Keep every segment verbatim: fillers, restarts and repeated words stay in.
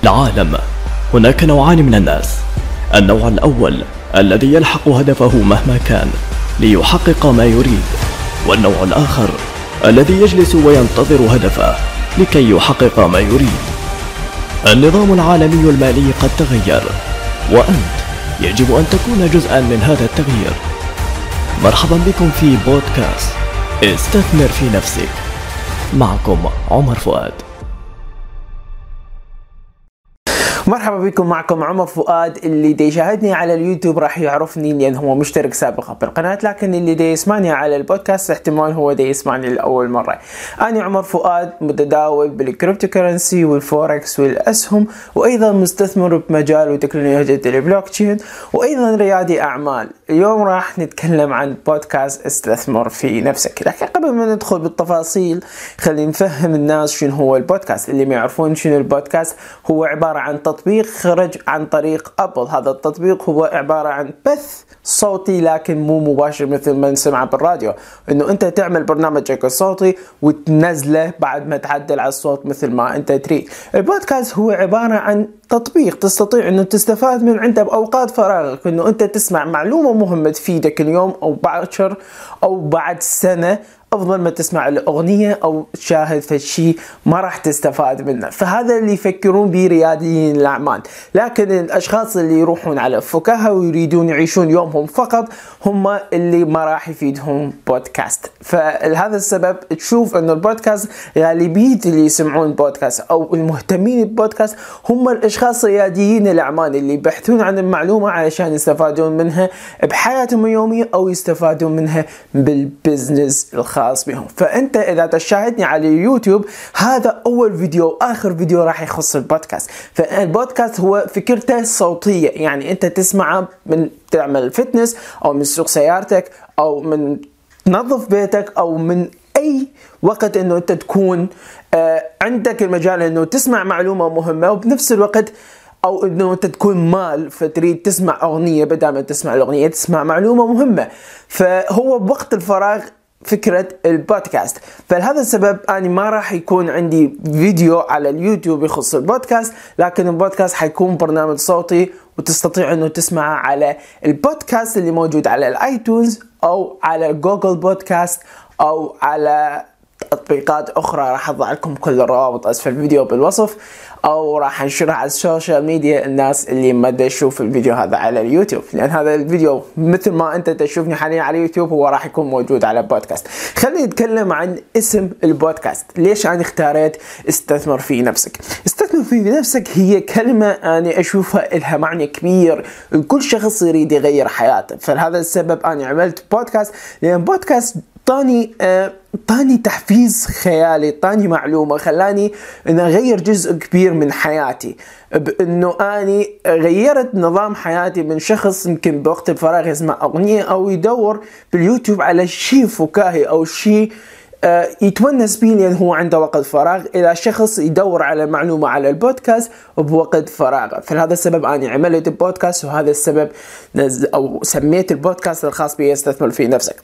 العالم هناك نوعان من الناس. النوع الأول الذي يلحق هدفه مهما كان ليحقق ما يريد، والنوع الآخر الذي يجلس وينتظر هدفه لكي يحقق ما يريد. النظام العالمي المالي قد تغير، وأنت يجب أن تكون جزءا من هذا التغيير. مرحبا بكم في بودكاست استثمر في نفسك، معكم عمر فؤاد. مرحبا بكم، معكم عمر فؤاد. اللي دي يشاهدني على اليوتيوب راح يعرفني لأن هو مشترك سابقا بالقناة، لكن اللي دي يسمعني على البودكاست احتمال هو دي يسمعني لأول مرة. أنا عمر فؤاد، متداول بالكريبتو كرنسي والفوركس والأسهم، وأيضا مستثمر بمجال وتكنولوجيا البلوكتشين، وأيضا ريادي أعمال. اليوم راح نتكلم عن بودكاست استثمر في نفسك. لكن قبل ما ندخل بالتفاصيل خلينا نفهم الناس شنو هو البودكاست. اللي ما يعرفون شنو البودكاست، هو عبارة عن تطبيق خرج عن طريق أبل. هذا التطبيق هو عبارة عن بث صوتي لكن مو مباشر مثل ما نسمع بالراديو، انه انت تعمل برنامجك الصوتي وتنزله بعد ما تعدل على الصوت مثل ما انت تريد. البودكاست هو عبارة عن تطبيق تستطيع انه تستفاد من عنده باوقات فراغك، انه انت تسمع معلومة مهمة تفيدك اليوم او بعشر او بعد سنة، أفضل ما تسمع الأغنية أو تشاهد في شيء ما راح تستفاد منه. فهذا اللي يفكرون به رياديين الأعمال. لكن الأشخاص اللي يروحون على فكاهة ويريدون يعيشون يومهم فقط هم اللي ما راح يفيدهم بودكاست. فلهذا السبب تشوف أن البودكاست غالبية اللي يسمعون بودكاست أو المهتمين بالبودكاست هم الأشخاص رياديين الأعمال اللي يبحثون عن المعلومة علشان يستفادون منها بحياتهم اليومية أو يستفادون منها بالبزنس الخاص بهم. فأنت إذا تشاهدني على اليوتيوب، هذا أول فيديو آخر فيديو راح يخص البودكاست. فالبودكاست هو فكرته صوتية، يعني أنت تسمعه من تعمل فتنس أو من سوق سيارتك أو من تنظف بيتك أو من أي وقت أنه أنت تكون آه عندك المجال أنه تسمع معلومة مهمة، وبنفس الوقت أو أنه أنت تكون مال فتريد تسمع أغنية، بدل ما تسمع الأغنية تسمع معلومة مهمة. فهو بوقت الفراغ فكرة البودكاست. فلهذا السبب أنا ما راح يكون عندي فيديو على اليوتيوب يخص البودكاست، لكن البودكاست حيكون برنامج صوتي وتستطيع أنه تسمعه على البودكاست اللي موجود على الآيتونز أو على جوجل بودكاست أو على تطبيقات أخرى. راح أضع لكم كل الروابط أسفل الفيديو بالوصف، أو راح أنشرها على السوشيال ميديا الناس اللي ما تشوف الفيديو هذا على اليوتيوب، لأن هذا الفيديو مثل ما أنت تشوفني حاليا على اليوتيوب هو راح يكون موجود على بودكاست. خلينا نتكلم عن اسم البودكاست. ليش أنا اختاريت استثمر في نفسك؟ استثمر في نفسك هي كلمة أنا أشوفها إلها معنى كبير لكل شخص يريد يغير حياته. فلهذا السبب أنا عملت بودكاست، لأن بودكاست طاني آه طاني تحفيز خيالي، طاني معلومة، خلاني أن أغير جزء كبير من حياتي، بأنه أني غيرت نظام حياتي من شخص يمكن بوقت الفراغ يسمع أغنية أو يدور باليوتيوب على شيء فكاهي أو شيء آه يتونس به لأن هو عنده وقت فراغ، إلى شخص يدور على معلومة على البودكاست بوقت فراغه. فلهذا السبب أنا عملت البودكاست، وهذا السبب أو سميت البودكاست الخاص بي استثمر في نفسك.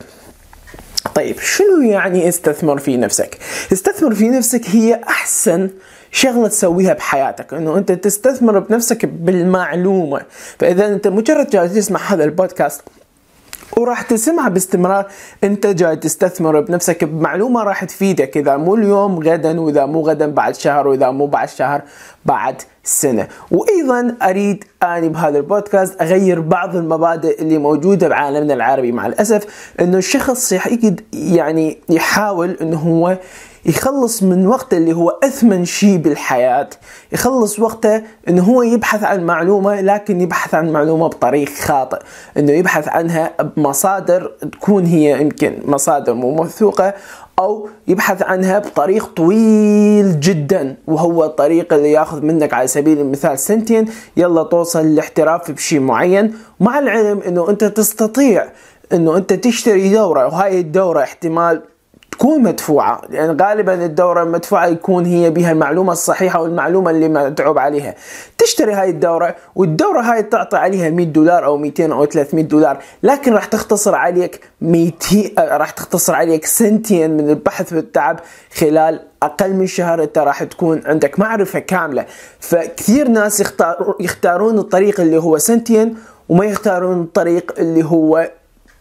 طيب شنو يعني استثمر في نفسك؟ استثمر في نفسك هي أحسن شغلة تسويها بحياتك، أنه أنت تستثمر بنفسك بالمعلومة. فإذا أنت مجرد جاي تسمع هذا البودكاست وراح تسمع باستمرار، أنت جاي تستثمر بنفسك بمعلومة راح تفيدك، إذا مو اليوم غدا، وإذا مو غدا بعد شهر، وإذا مو بعد شهر بعد سنة. وأيضا أريد أني بهذا البودكاست أغير بعض المبادئ اللي موجودة بعالمنا العربي. مع الأسف أنه الشخص يعني يحاول أنه هو يخلص من وقته اللي هو أثمن شيء بالحياة، يخلص وقته أنه هو يبحث عن معلومة، لكن يبحث عن معلومة بطريق خاطئ، أنه يبحث عنها بمصادر تكون هي يمكن مصادر مو موثوقة، أو يبحث عنها بطريق طويل جدا، وهو الطريق اللي ياخذ منك على سبيل المثال سنتين يلا توصل للاحتراف بشيء معين. مع العلم أنه أنت تستطيع أنه أنت تشتري دورة، وهاي الدورة احتمال تكون مدفوعة، لأن يعني غالبا الدورة المدفوعة يكون هي بها المعلومة الصحيحة والمعلومة اللي متعوب عليها. تشتري هاي الدورة، والدورة هاي تعطي عليها مية دولار أو مئتين أو ثلاثمية دولار، لكن راح تختصر عليك مئتين راح تختصر عليك سنتين من البحث والتعب. خلال أقل من شهر أنت راح تكون عندك معرفة كاملة. فكثير ناس يختار يختارون الطريق اللي هو سنتين وما يختارون الطريق اللي هو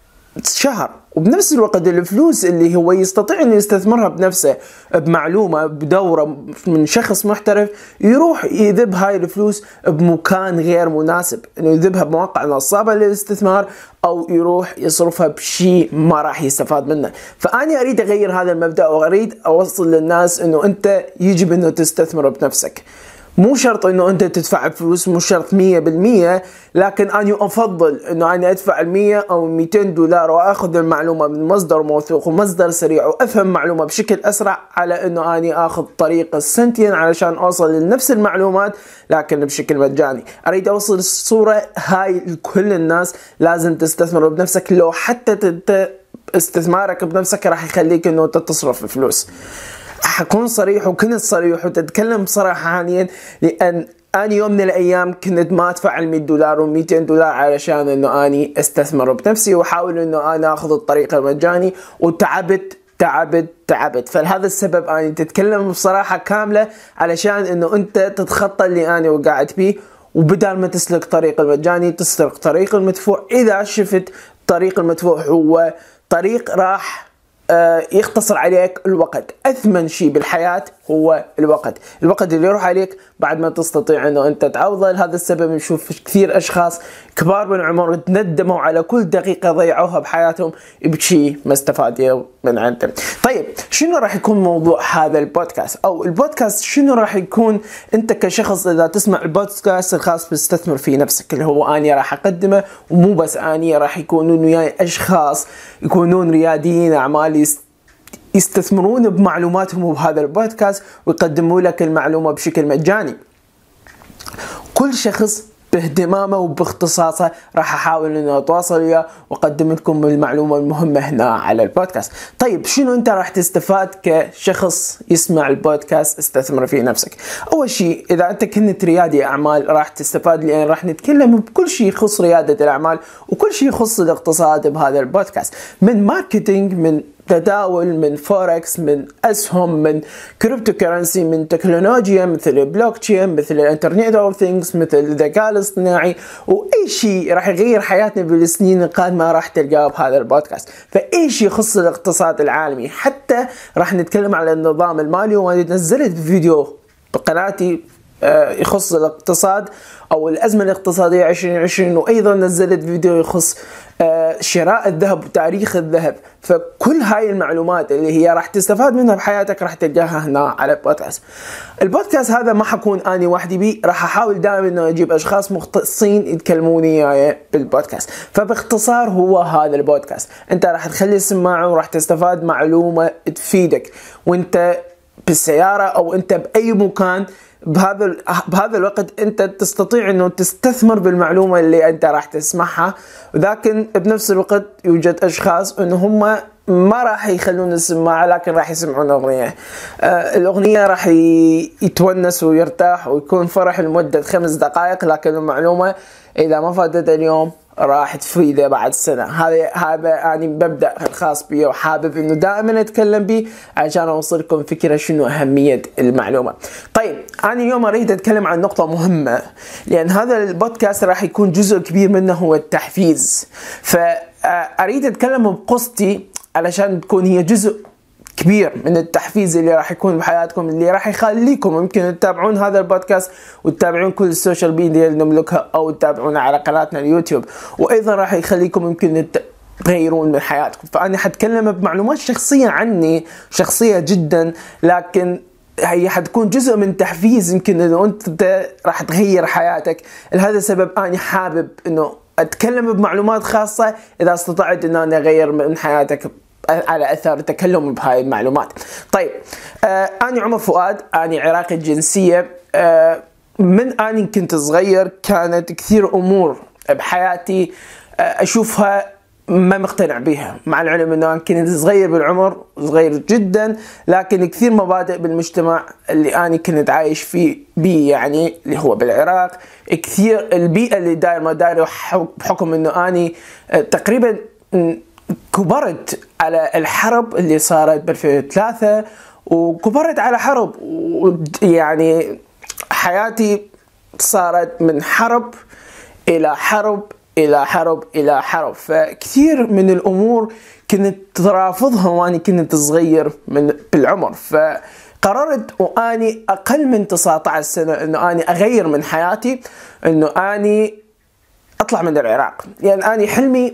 شهر. وبنفس الوقت الفلوس اللي هو يستطيع أن يستثمرها بنفسه بمعلومة بدورة من شخص محترف، يروح يذب هاي الفلوس بمكان غير مناسب، أنه يذبها بمواقع نصابة للاستثمار أو يروح يصرفها بشيء ما راح يستفاد منه. فأنا أريد أغير هذا المبدأ وأريد أوصل للناس أنه أنت يجب أنه تستثمر بنفسك. مو شرط انه انت تدفع فلوس، مو شرط مية بالمية، لكن انا افضل انه انا ادفع المية او مئتين دولار واخذ المعلومة من مصدر موثوق ومصدر سريع وافهم معلومة بشكل اسرع، على انه اني اخذ طريق السنتين علشان اوصل لنفس المعلومات لكن بشكل مجاني. اريد اوصل الصورة هاي لكل الناس. لازم تستثمر بنفسك، لو حتى انت استثمارك بنفسك راح يخليك انه تصرف فلوس. حكون صريح وكنت صريح وتتكلم بصراحة حاليا، لأن أنا يوم من الأيام كنت ما أدفع المية دولار ومئتين دولار علشان أنه أني استثمر بنفسي وحاول أنه أنا أخذ الطريق المجاني، وتعبت تعبت تعبت. فلهذا السبب أنا تتكلم بصراحة كاملة علشان أنه أنت تتخطى اللي أنا وقعت بيه، وبدال ما تسلك طريق المجاني تسلك طريق المدفوع. إذا شفت طريق المدفوع هو طريق راح يختصر عليك الوقت، أثمن شيء بالحياة هو الوقت. الوقت اللي يروح عليك بعد ما تستطيع أنه أنت تعوضه. لهذا السبب نشوف كثير أشخاص كبار بالعمر تندموا على كل دقيقة ضيعوها بحياتهم بشيء ما استفادوا من عندهم. طيب شنو راح يكون موضوع هذا البودكاست؟ أو البودكاست شنو راح يكون؟ أنت كشخص إذا تسمع البودكاست الخاص باستثمر في نفسك اللي هو أنا راح أقدمه، ومو بس أنا، راح يكونون وياي أشخاص يكونون رياديين أعمال يستثمرون بمعلوماتهم بهذا البودكاست ويقدموا لك المعلومة بشكل مجاني. كل شخص باهتمامه وباختصاصه راح أحاول أن أتواصل وياه وأقدم لكم المعلومة المهمة هنا على البودكاست. طيب شنو أنت راح تستفاد كشخص يسمع البودكاست استثمر في نفسك؟ أول شيء إذا أنت كنت ريادي أعمال راح تستفاد، لأن راح نتكلم بكل شيء يخص ريادة الأعمال وكل شيء يخص الاقتصاد بهذا البودكاست، من ماركتينج، من تداول، من فوركس، من أسهم، من كريبتو كرنسي، من تكنولوجيا مثل البلوك تشين، مثل الانترنت اوف ثينجز، مثل الذكاء الاصطناعي، واي شيء راح يغير حياتنا بالسنين القادمه راح تلقاه بهذا البودكاست. فاي شيء يخص الاقتصاد العالمي، حتى راح نتكلم على النظام المالي. ونزلت فيديو بقناتي يخص الاقتصاد أو الأزمة الاقتصادية عشرين عشرين، وأيضا نزلت فيديو يخص شراء الذهب وتاريخ الذهب. فكل هاي المعلومات اللي هي راح تستفاد منها بحياتك راح تلقاها هنا على البودكاست. البودكاست هذا ما حكون أنا وحدي بيه، راح أحاول دائما إنه أجيب أشخاص مختصين يتكلموني بالبودكاست. فباختصار هو هذا البودكاست، أنت راح تخلي السماعة وراح تستفاد معلومة تفيدك وأنت بالسيارة أو أنت بأي مكان. بهذا بهذا الوقت أنت تستطيع إنه تستثمر بالمعلومة اللي أنت راح تسمعها، ولكن بنفس الوقت يوجد أشخاص إنه هم ما راح يخلون السماعة لكن راح يسمعون أغنية. آه الأغنية راح يتونس ويرتاح ويكون فرح لمدة خمس دقائق، لكن المعلومة إذا ما فاتت اليوم راح تفيده بعد سنة. هذا هذا يعني ببدأ الخاص بي وحابب إنه دائما أتكلم بيه عشان أوصلكم فكرة شنو أهمية المعلومة. طيب أنا اليوم أريد أتكلم عن نقطة مهمة، لأن هذا البودكاست راح يكون جزء كبير منه هو التحفيز. فأريد أتكلم بقصتي علشان تكون هي جزء كبير من التحفيز اللي راح يكون بحياتكم، اللي راح يخليكم يمكن تتابعون هذا البودكاست وتتابعون كل السوشيال ميديا اللي نملكها أو تتابعونا على قناتنا اليوتيوب، وأيضا راح يخليكم يمكن تغيرون من حياتكم. فأنا حتكلم بمعلومات شخصية عني، شخصية جدا، لكن هي حتكون جزء من تحفيز يمكن إنه أنت راح تغير حياتك. لهذا السبب أنا حابب إنه أتكلم بمعلومات خاصة إذا استطعت إن أنا أغير من حياتك على أثر تكلم بهاي المعلومات. طيب آه أنا عمر فؤاد، أنا عراقي الجنسية. آه من أنا كنت صغير كانت كثير أمور بحياتي آه أشوفها ما مقتنع بها، مع العلم انه انا كنت صغير بالعمر، صغير جدا، لكن كثير مبادئ بالمجتمع اللي انا كنت عايش فيه بيه، يعني اللي هو بالعراق، كثير البيئة اللي داير ما داير، بحكم انه انا تقريبا كبرت على الحرب اللي صارت ب ألفين وثلاثة، وكبرت على حرب، يعني حياتي صارت من حرب الى حرب الى حرب الى حرب. فكثير من الامور كنت رافضها وانا كنت صغير من بالعمر، فقررت واني اقل من تسعة عشر سنة انه اني اغير من حياتي، انه اني اطلع من العراق. لان يعني اني حلمي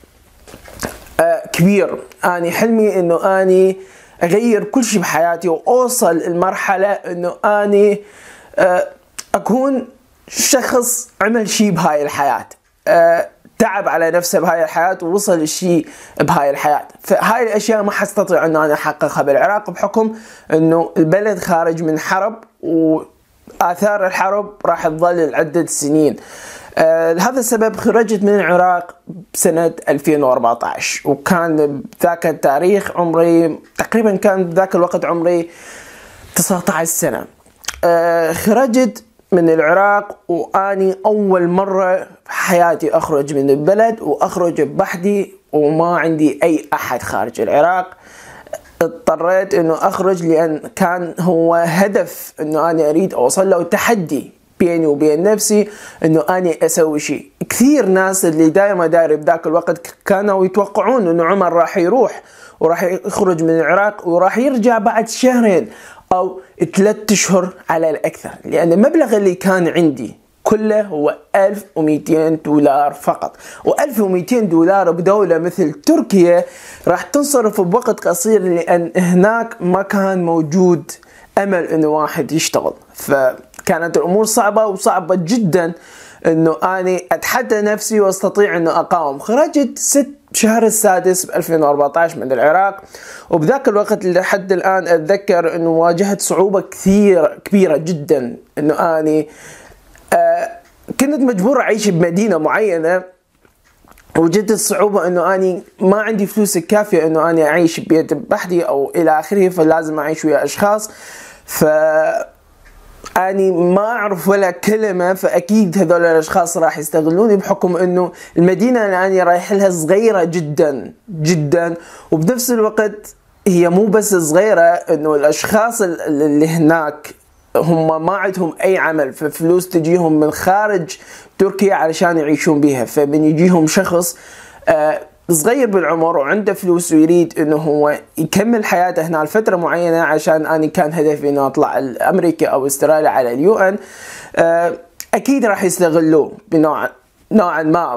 آه كبير، اني حلمي انه اني اغير كل شيء بحياتي، واوصل المرحلة انه اني آه اكون شخص عمل شيء بهاي الحياة، أه، تعب على نفسه بهاي الحياة ووصل الشيء بهاي الحياة. فهاي الأشياء ما حستطيع أن أنا أحققها بالعراق، بحكم أنه البلد خارج من حرب، وآثار الحرب راح تظل لعدة سنين. أه، لهذا السبب خرجت من العراق بسنة ألفين وأربعة عشر، وكان بذاك التاريخ عمري تقريبا كان بذاك الوقت عمري تسعة عشر سنة. أه، خرجت من العراق واني اول مرة في حياتي اخرج من البلد، واخرج بوحدي وما عندي اي احد خارج العراق. اضطريت انه اخرج لان كان هو هدف انه انا اريد اوصل له، تحدي بيني وبين نفسي انه اني اسوي شيء. كثير ناس اللي دائما داير بذاك الوقت كانوا يتوقعون انه عمر راح يروح وراح يخرج من العراق وراح يرجع بعد شهرين أو ثلاثة أشهر على الأكثر، لأن المبلغ اللي كان عندي كله هو ألف ومئتين دولار فقط، وألف ومئتين دولار بدولة مثل تركيا راح تنصرف بوقت قصير، لأن هناك ما كان موجود أمل إنه واحد يشتغل. فكانت الأمور صعبة وصعبة جدا إنه أنا أتحدى نفسي واستطيع إنه أقاوم. خرجت ست شهر السادس ب ألفين وأربعة عشر من العراق، وبذاك الوقت لحد الآن أتذكر إنه واجهت صعوبة كثير كبيرة جدا، إنه أنا آه كنت مجبور أعيش بمدينة معينة، وجدت الصعوبة إنه أنا ما عندي فلوس كافية إنه أنا أعيش ببيت بحدي أو إلى آخره، فلازم أعيش ويا أشخاص، ف أني ما أعرف ولا كلمة، فأكيد هذول الأشخاص راح يستغلوني، بحكم أنه المدينة اللي أنا رايح لها صغيرة جدا جدا، وبنفس الوقت هي مو بس صغيرة، أنه الأشخاص اللي هناك هم ما عندهم أي عمل، ففلوس تجيهم من خارج تركيا علشان يعيشون بها. فمن يجيهم شخص آه صغير بالعمر وعنده فلوس ويريد انه هو يكمل حياته هنا لفترة معينة، عشان انا كان هدفي انه اطلع لامريكا او استراليا على اليو ان، اكيد راح يستغلوه بنوع نوعا ما.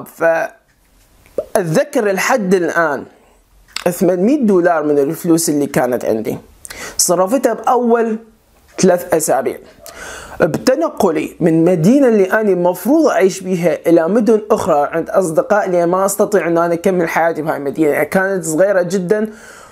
فاتذكر لحد الان ثمانمئة دولار من الفلوس اللي كانت عندي صرفتها باول ثلاث اسابيع بتنقلي من مدينة اللي أنا مفروض أعيش بيها إلى مدن أخرى عند أصدقاء اللي ما أستطيع أن أنا أكمل حياتي بهاي المدينة. كانت صغيرة جدا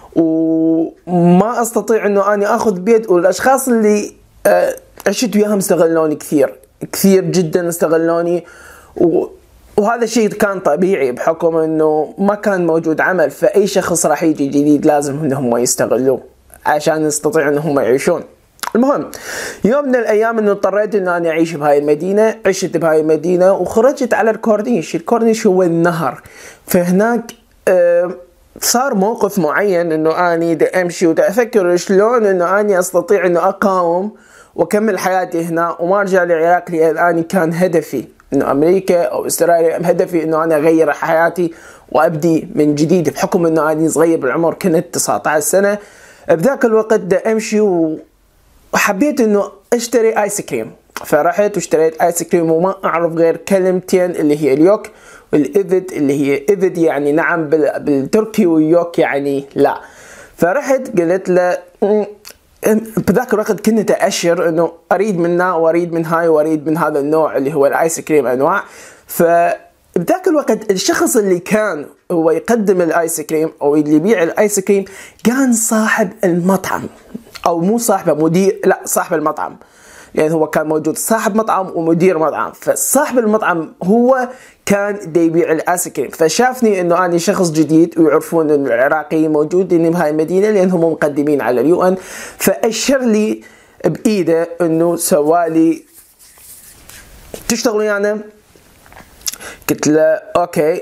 وما أستطيع أنه أنا أخذ بيت، والأشخاص اللي عشت وياهم استغلوني كثير كثير جدا، استغلوني، وهذا الشيء كان طبيعي بحكم أنه ما كان موجود عمل، فأي شخص راح يجي جديد لازم أنهم يستغلوه عشان يستطيعوا أنهم يعيشون. المهم يوم من الأيام أنه اضطريت أن أنا أعيش بهاي المدينة، عشت بهاي المدينة وخرجت على الكورنيش. الكورنيش هو النهر، فهناك آه صار موقف معين أنه أنا دا أمشي ودا أفكر شلون أنه أنا أستطيع أنه أقاوم وأكمل حياتي هنا وما أرجع للعراق، لأن أنا كان هدفي أنه أمريكا أو استراليا، هدفي أنه أنا أغير حياتي وأبدي من جديد، بحكم أنه أنا صغير بالعمر كنت تسعة عشر سنة. بذاك الوقت دا أمشي و وحبيت انه اشتري ايس كريم، فرحت واشتريت ايس كريم وما اعرف غير كلمتين اللي هي اليوك والايفد، اللي هي ايفد يعني نعم بالتركي، ويوك يعني لا. فرحت قلت له بذاك الوقت كنت أشر انه اريد منها واريد من هاي واريد من هذا النوع اللي هو الايس كريم انواع. فبذاك الوقت الشخص اللي كان هو يقدم الايس كريم او اللي يبيع الايس كريم كان صاحب المطعم، او مو صاحبه، مدير، لا صاحب المطعم، لأن هو كان موجود صاحب مطعم ومدير مطعم. فصاحب المطعم هو كان دي يبيع الآيس كريم، فشافني إنه أنا شخص جديد ويعرفون إنه العراقيين موجودين بهاي المدينة لأنهم مقدمين على اليو إن، فأشر لي بإيده إنه سوالي تشتغل يعني. قلت له أوكي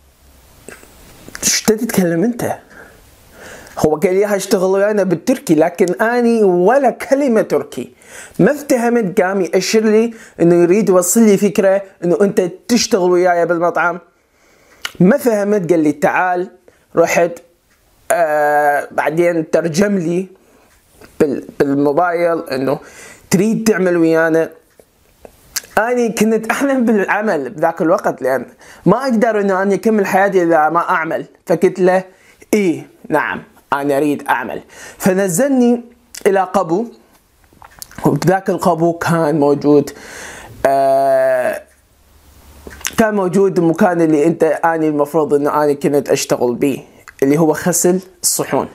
شو تتكلم أنت؟ هو قال لي هشتغل ويانا بالتركي، لكن أني ولا كلمة تركي ما افتهمت. قام يأشر لي إنه يريد يوصل لي فكرة إنه أنت تشتغل وياي بالمطعم. ما فهمت. قال لي تعال. رحت آه بعدين ترجم لي بالموبايل إنه تريد تعمل ويانا. أنا كنت أحلم بالعمل بذاك الوقت، لأن ما أقدر إنه أنا أكمل حياتي إذا ما أعمل. فقلت له إيه نعم أنا أريد أعمل. فنزلني إلى قبو، وبذاك القبو كان موجود آه كان موجود المكان اللي أنت أنا المفروض إنه أنا كنت أشتغل به، اللي هو غسل الصحون.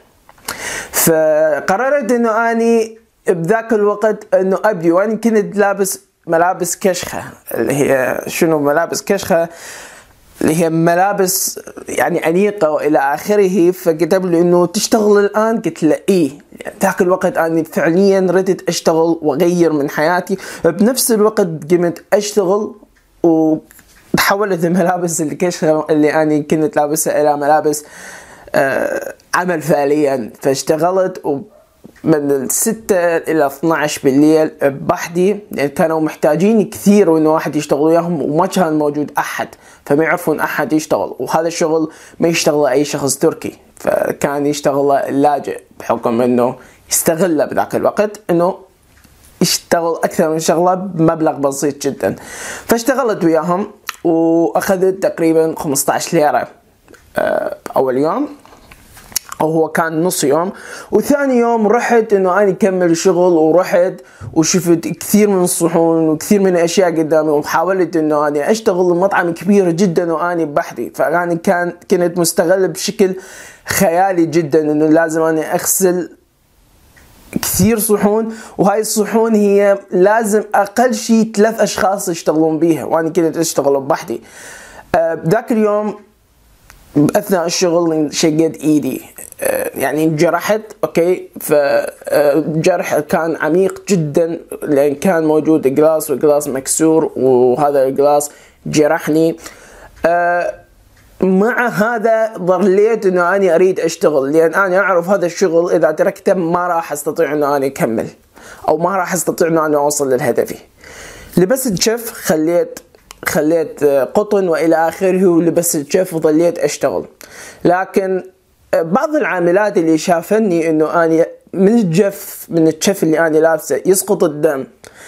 فقررت إنه أنا بذاك الوقت إنه أبدي، وأنا كنت لابس ملابس كشخة، اللي هي شنو ملابس كشخة، اللي هي ملابس يعني أنيقة وإلى آخره. فكتب لي إنه تشتغل الآن؟ قلت له إيه. ذاك الوقت أنا فعليا ردت أشتغل وغير من حياتي. بنفس الوقت قمت أشتغل وتحولت الملابس الكشخة اللي أنا كنت لابسها إلى ملابس آه عمل فعليا. فاشتغلت و من الستة إلى اثنا عشر بالليل بحدي، لأن كانوا محتاجين كثير إنه واحد يشتغل وياهم، وما كان موجود أحد، فما يعرفون أحد يشتغل. وهذا الشغل ما يشتغله أي شخص تركي، فكان يشتغله اللاجئ بحكم إنه يستغله بذاك الوقت إنه يشتغل أكثر من شغلة بمبلغ بسيط جدا. فاشتغلت وياهم وأخذت تقريبا خمسة عشر ليرة أول يوم، أو هو كان نص يوم. وثاني يوم رحت إنه أنا أكمل شغل، ورحت وشفت كثير من الصحون وكثير من الأشياء قدامي، وحاولت إنه أنا أشتغل المطعم كبير جدا وأنا بحدي. فأنا كان كنت مستغل بشكل خيالي جدا إنه لازم أنا أغسل كثير صحون، وهاي الصحون هي لازم أقل شيء ثلاث أشخاص يشتغلون بيها، وأنا كنت أشتغل بحدي. أه ذاك اليوم أثناء الشغل شقيت إيدي، يعني انجرحت. أوكي، فجرح كان عميق جدا لأن كان موجود جلاس والجلاس مكسور، وهذا الجلاس جرحني. مع هذا ظليت إنه أنا أريد أشتغل، لأن أنا أعرف هذا الشغل إذا تركته ما راح أستطيع إنه أنا أكمل، أو ما راح أستطيع إنه أنا أوصل للهدفي. لبست شف، خليت خليت قطن وإلى آخره، ولبست شف وظليت أشتغل. لكن بعض العاملات اللي شافني إنه أنا من الجف من الشف اللي أنا لابسه يسقط الدم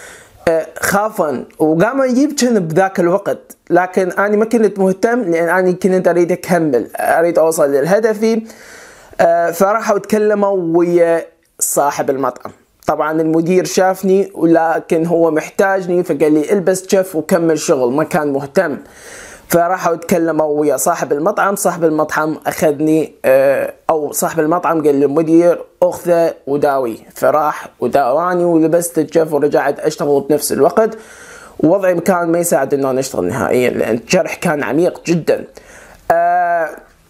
خافا، وقام يبكن بذاك الوقت. لكن أنا ما كنت مهتم، لأن أنا كنت أريد أكمل، أريد أوصل للهدفي. فراحوا اتكلموا ويا صاحب المطعم. طبعا المدير شافني، ولكن هو محتاجني، فقال لي البس شف وكمل شغل، ما كان مهتم. فراحوا اتكلموا ويا صاحب المطعم. صاحب المطعم أخذني، أو صاحب المطعم قال للمدير أخذه وداوي. فراح وداواني ولبست الشف ورجعت أشتغل بنفس الوقت. ووضعي كان ما يساعد إنه أنا أشتغل نهائيا، لأن الجرح كان عميق جدا. آه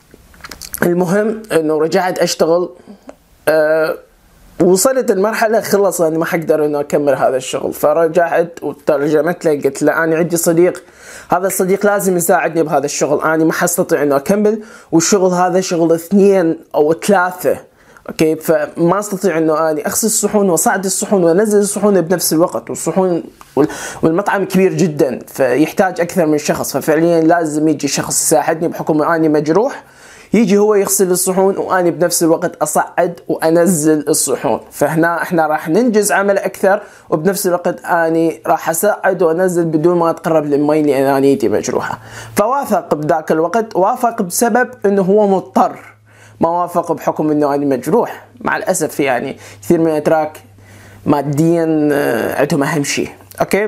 المهم إنه رجعت أشتغل. آه وصلت المرحلة خلص أنا ما حقدر إنه أكمل هذا الشغل. فرجعت وترجمت له، قلت له أنا عندي صديق، هذا الصديق لازم يساعدني بهذا الشغل، أنا ما حستطيع إنه أكمل، والشغل هذا شغل اثنين أو ثلاثة. أوكي، فما أستطيع إنه أنا أغسل الصحون وأصعد الصحون وأنزل الصحون بنفس الوقت، والصحون والمطعم كبير جدا فيحتاج أكثر من شخص. ففعليا لازم يجي شخص يساعدني بحكم أني مجروح، يجي هو يغسل الصحون وأنا بنفس الوقت أصعد وأنزل الصحون. فهنا إحنا راح ننجز عمل أكثر، وبنفس الوقت أنا راح أصعد وأنزل بدون ما أتقرب للمي لأن أنا يدي مجروحة. فوافق بذاك الوقت، وافق بسبب إنه هو مضطر، ما وافق بحكم إنه أنا مجروح. مع الأسف يعني كثير من الأتراك ماديا عندهم أهم شيء. أوكي،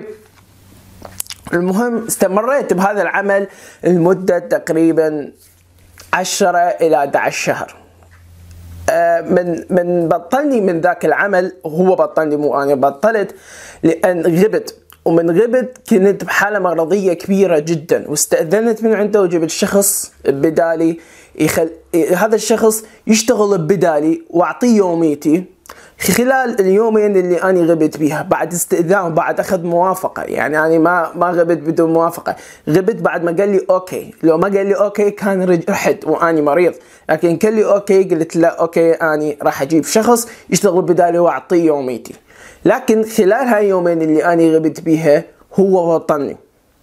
المهم استمريت بهذا العمل لمدة تقريبا عشرة إلى أحد عشر شهر. من من بطلني من ذاك العمل، هو بطلني مو أنا بطلت، لأن غبت. ومن غبت كنت بحالة مرضية كبيرة جدا، واستأذنت من عنده وجبت شخص بدالي يخل... هذا الشخص يشتغل بدالي وأعطيه يوميتي خلال اليومين اللي أنا غبت بيها، بعد استئذان، بعد أخذ موافقة. يعني أنا ما ما غبت بدون موافقة، غبت بعد ما قال لي أوكي. لو ما قال لي أوكي كان رحت وأني مريض، لكن قال لي أوكي قلت لا أوكي أنا راح أجيب شخص يشتغل بدالي وأعطيه يوميتي. لكن خلال هاي اليومين اللي أنا غبت بيها هو بطلني،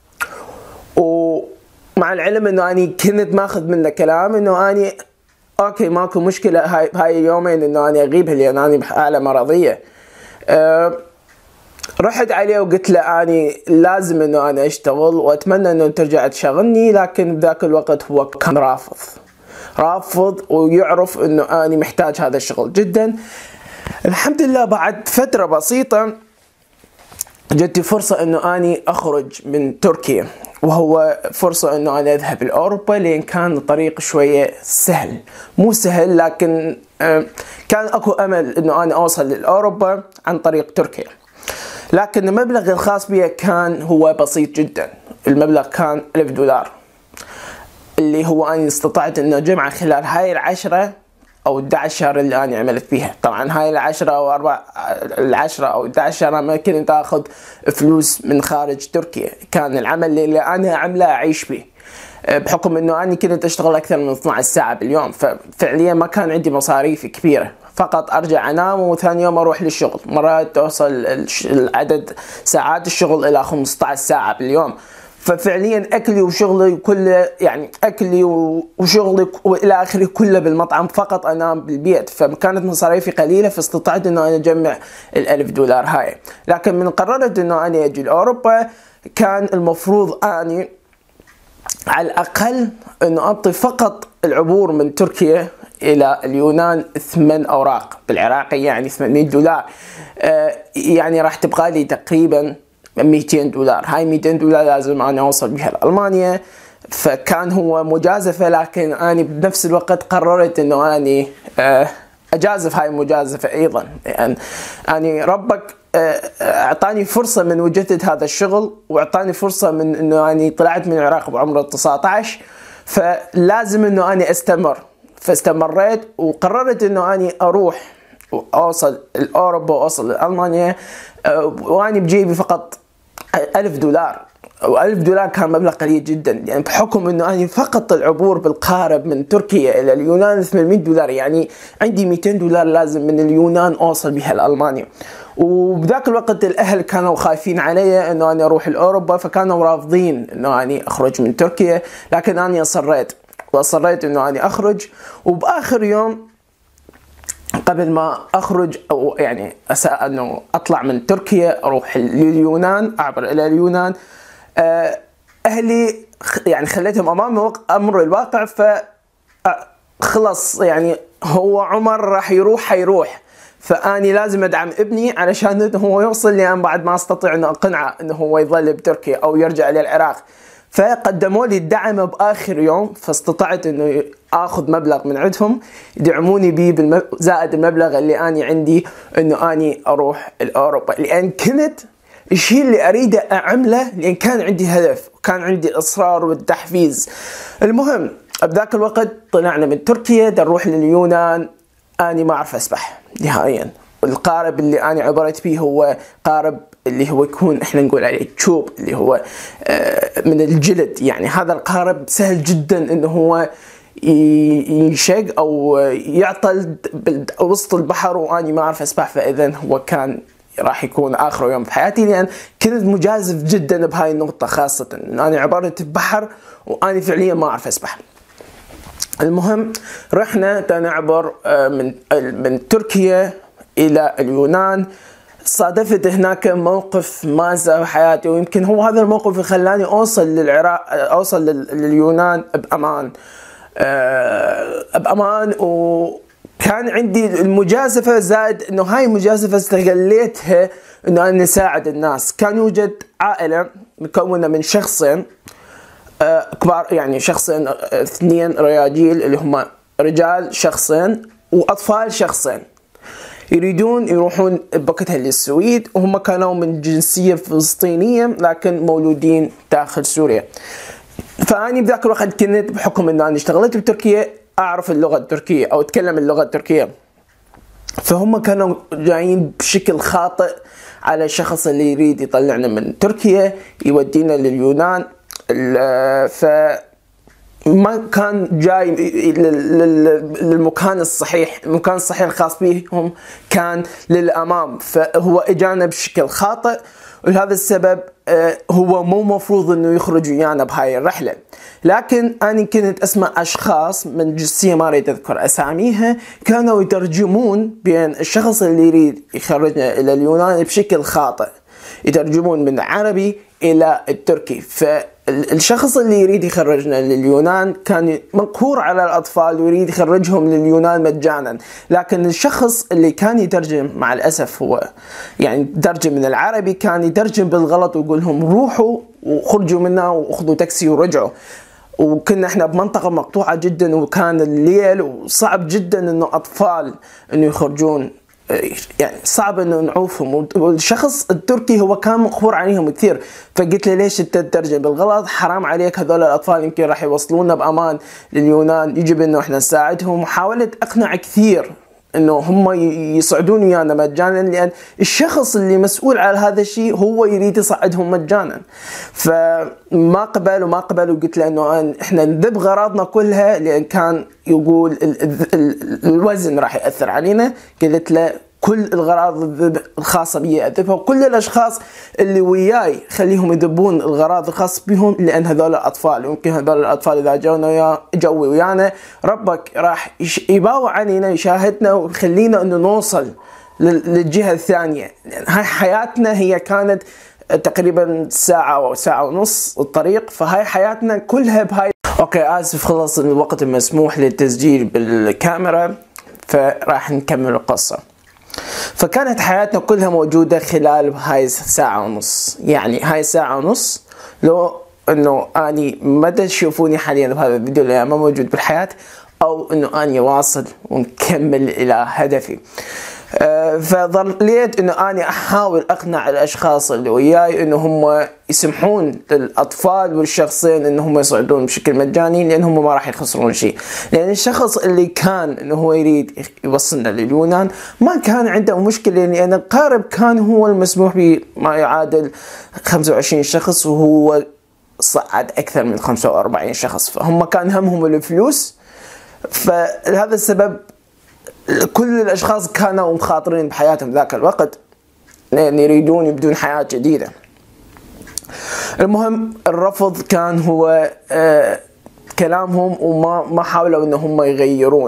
ومع العلم إنه أنا كنت ماخذ منه كلام إنه أنا اوكي ماكو مشكله هاي هاي اليومين انه انا اغيبها لان انا بحاله مرضيه. أه رحت عليه وقلت له اني لازم انه انا اشتغل واتمنى انه ترجع تشغلني، لكن بذاك الوقت هو كان رافض رافض ويعرف انه انا محتاج هذا الشغل جدا. الحمد لله بعد فتره بسيطه جتني فرصه انه اني اخرج من تركيا، وهو فرصة انه انا اذهب لاوروبا، لان كان الطريق شوية سهل، مو سهل لكن كان اكو امل انه انا اوصل لاوروبا عن طريق تركيا. لكن المبلغ الخاص بي كان هو بسيط جدا، المبلغ كان ألف دولار، اللي هو انا استطعت انه اجمعه خلال هاي العشرة او احد عشر شهر اللي انا عملت بيها. طبعا هاي العشرة او اربع العشرة او احد عشر شهر ما كنت اخذ فلوس من خارج تركيا، كان العمل اللي انا عمله اعيش به، بحكم انه انا كنت اشتغل اكثر من اثنتي عشرة ساعة باليوم، ففعليا ما كان عندي مصاريف كبيرة، فقط ارجع انام وثاني يوم اروح للشغل. مرات توصل العدد ساعات الشغل الى خمسة عشر ساعة باليوم، ففعليا اكلي وشغلي كله، يعني اكلي وشغلي والى اخره كله بالمطعم، فقط انام بالبيت، فكانت مصاريفي قليله، فاستطعت انه انا اجمع الالف دولار هاي. لكن من قررت انه انا اجي لاوروبا كان المفروض اني على الاقل انه اعطي فقط العبور من تركيا الى اليونان ثمان اوراق بالعراقي، يعني ثمانمئة دولار، آه يعني راح تبقى لي تقريبا مئتين دولار. هاي مئتين دولار لازم أنا أوصل بها لألمانيا، فكان هو مجازفة، لكن أنا بنفس الوقت قررت أنه أنا أجازف هاي المجازفة أيضا، يعني أنا ربك أعطاني فرصة من وجدت هذا الشغل، وأعطاني فرصة من أنه أنا طلعت من العراق بعمر تسعة عشر، فلازم أنه أنا أستمر. فاستمريت وقررت أنه أنا أروح وأوصل لأوروبا وأوصل لألمانيا، وأنا بجيبي فقط ألف دولار، وألف دولار كان مبلغ قليل جدا، يعني بحكم أنه أنا فقط العبور بالقارب من تركيا إلى اليونان ثمانمئة دولار، يعني عندي مئتين دولار لازم من اليونان أوصل بها لألمانيا. وبذاك الوقت الأهل كانوا خايفين علي أنه أنا أروح لأوروبا، فكانوا رافضين أنه أنا أخرج من تركيا، لكن أنا أصريت وأصريت أنه أنا أخرج. وبآخر يوم قبل ما أخرج أو يعني أسأل أنه أطلع من تركيا أروح لليونان، أعبر إلى اليونان، أهلي يعني خليتهم أمام أمر الواقع، فخلص يعني هو عمر راح يروح حيروح، فأني لازم أدعم ابني علشان هو يوصل، لأن بعد ما أستطيع أنه أقنعه أنه هو يظل بتركيا أو يرجع للعراق. فقدموا لي الدعم بآخر يوم، فاستطعت أنه أخذ مبلغ من عندهم يدعموني به زائد المبلغ اللي أنا عندي أنه أنا أروح لأوروبا، لأن كنت الشيء اللي أريده أعمله، لأن كان عندي هدف وكان عندي إصرار والتحفيز. المهم بذاك الوقت طلعنا من تركيا نروح لليونان، أنا ما أعرف أسبح نهائيا، والقارب اللي أنا عبرت فيه هو قارب اللي هو يكون احنا نقول عليه تشوب، اللي هو من الجلد، يعني هذا القارب سهل جدا انه هو ينشق او يعطل وسط البحر، واني ما اعرف اسبح، فاذا هو كان راح يكون اخر يوم في حياتي، لان كنت مجازف جدا بهاي النقطة، خاصة ان انا عبرت البحر واني فعليا ما اعرف اسبح. المهم رحنا تنعبر من من تركيا الى اليونان. صادفت هناك موقف ما انساه حياتي، ويمكن هو هذا الموقف اللي خلاني اوصل للعراق، اوصل لليونان بامان أه بامان وكان عندي المجازفه، زائد انه هاي المجازفه استغليتها انه انا اساعد الناس. كان يوجد عائله مكونه من شخصين أه كبار، يعني شخصين اثنين رياجيل اللي هم رجال، شخصين وأطفال شخصين يريدون يروحون بوقتها للسويد، وهم كانوا من جنسية فلسطينية لكن مولودين داخل سوريا. فأني بذاك الوقت كنت بحكم أن أنا اشتغلت بتركيا أعرف اللغة التركية أو أتكلم اللغة التركية، فهم كانوا جايين بشكل خاطئ على الشخص اللي يريد يطلعنا من تركيا يودينا لليونان. ف ما كان جاي للمكان الصحيح، المكان الصحيح الخاص بهم كان للأمام، فهو اجانا بشكل خاطئ، ولهذا السبب هو مو مفروض انه يخرج ويانا بهاي الرحلة. لكن أنا كنت أسمع أشخاص من جنسية ما أريد أذكر أساميها كانوا يترجمون بين الشخص اللي يريد يخرجنا إلى اليونان بشكل خاطئ، يترجمون من العربي إلى التركي. فالشخص اللي يريد يخرجنا لليونان كان مقهور على الأطفال ويريد يخرجهم لليونان مجانا، لكن الشخص اللي كان يترجم مع الأسف هو يعني يترجم من العربي كان يترجم بالغلط ويقول لهم روحوا وخرجوا منا وأخذوا تاكسي ورجعوا. وكنا احنا بمنطقة مقطوعة جدا وكان الليل وصعب جدا انه اطفال انه يخرجون، يعني صعب انه نعوفهم. والشخص التركي هو كان مقهور عليهم كثير، فقلت له ليش انت تترجم بالغلط؟ حرام عليك، هذول الاطفال يمكن راح يوصلونا بامان لليونان، يجب انه احنا نساعدهم. وحاولت اقنع كثير انه هم يصعدون ويانا مجانا، لان الشخص اللي مسؤول على هذا الشيء هو يريد يصعدهم مجانا. فما قبل وما قبل، وقلت له انه احنا نذب غراضنا كلها، لان كان يقول ال ال الوزن راح ياثر علينا. قلت له كل الغراض الخاصة بي أذبها، وكل الأشخاص اللي وياي خليهم يذبون الغراض الخاصة بهم، لأن هذول أطفال، ويمكن هذول الأطفال إذا جونا جوي ويانا ربك راح يباوع علينا يشاهدنا ويخلينا إنه نوصل للجهة الثانية. يعني هاي حياتنا هي كانت تقريبا ساعة أو ساعة ونص الطريق، فهاي حياتنا كلها بهاي. أوكي آسف، خلص الوقت المسموح للتسجيل بالكاميرا، فراح نكمل القصة. فكانت حياتنا كلها موجودة خلال هاي ساعة ونص. يعني هاي ساعة ونص لو انه اني ما تشوفوني حاليا بهذا الفيديو اللي ما موجود بالحياة، او انه اني واصل ونكمل الى هدفي. أه فظليت انه اني احاول اقنع الاشخاص اللي وياي انه هم يسمحون للاطفال والشخصين انه هم يصعدون بشكل مجاني، لان هم ما راح يخسرون شيء. لان الشخص اللي كان انه هو يريد يوصلنا لليونان ما كان عنده مشكله، لان القارب كان هو المسموح به ما يعادل خمسة وعشرين شخص، وهو صعد اكثر من خمسة وأربعين شخص، فهم كان همهم الفلوس. فلهذا السبب كل الأشخاص كانوا مخاطرين بحياتهم ذاك الوقت، لأن يريدون يبدون حياة جديدة. المهم الرفض كان هو آه كلامهم، وما ما حاولوا إنهم يغيرون،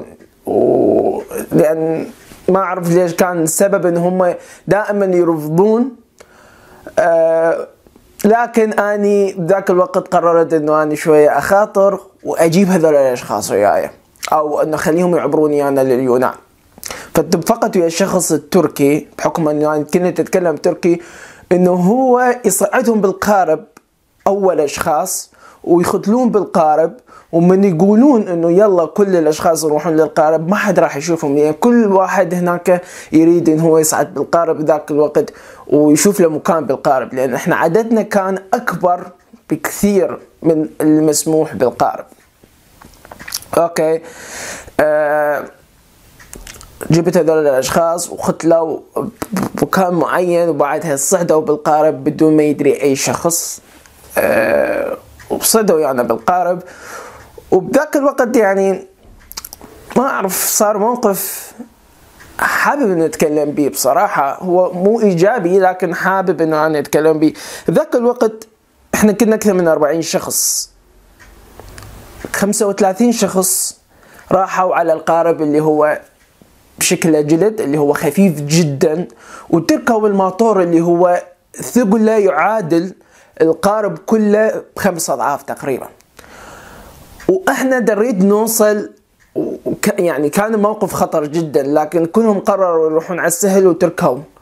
لأن ما أعرف ليش كان السبب إن هم دائما يرفضون. آه لكن أني ذاك الوقت قررت إنه أنا شوية أخاطر وأجيب هذول الأشخاص وياي، أو إنه خليهم يعبروني أنا لليونان. فاتفقت ويا الشخص التركي بحكم أنه يعني كنت أتكلم تركي، إنه هو يصعدهم بالقارب أول أشخاص ويخدلون بالقارب، ومن يقولون إنه يلا كل الأشخاص يروحون للقارب ما حد راح يشوفهم، يعني كل واحد هناك يريد إنه هو يصعد بالقارب ذاك الوقت ويشوف له مكان بالقارب، لأن إحنا عددنا كان أكبر بكثير من المسموح بالقارب. أوكي آه جبت هذول الأشخاص وختلوا بمكان معين، وبعدها صعدوا بالقارب بدون ما يدري أي شخص. أه وصعدوا يعني بالقارب، وبذاك الوقت يعني ما أعرف صار موقف حابب إنه أتكلم بيه بصراحة. هو مو إيجابي لكن حابب إنه أنا أتكلم بيه. ذاك الوقت إحنا كنا أكثر من أربعين شخص، خمسة وثلاثين شخص راحوا على القارب اللي هو بشكل جلد، اللي هو خفيف جدا، وتركوا الموتور اللي هو ثقله يعادل القارب كله بخمس أضعاف تقريبا. وإحنا دريد نوصل، وك يعني كان الموقف خطر جدا، لكن كلهم قرروا يروحون على السهل وتركوا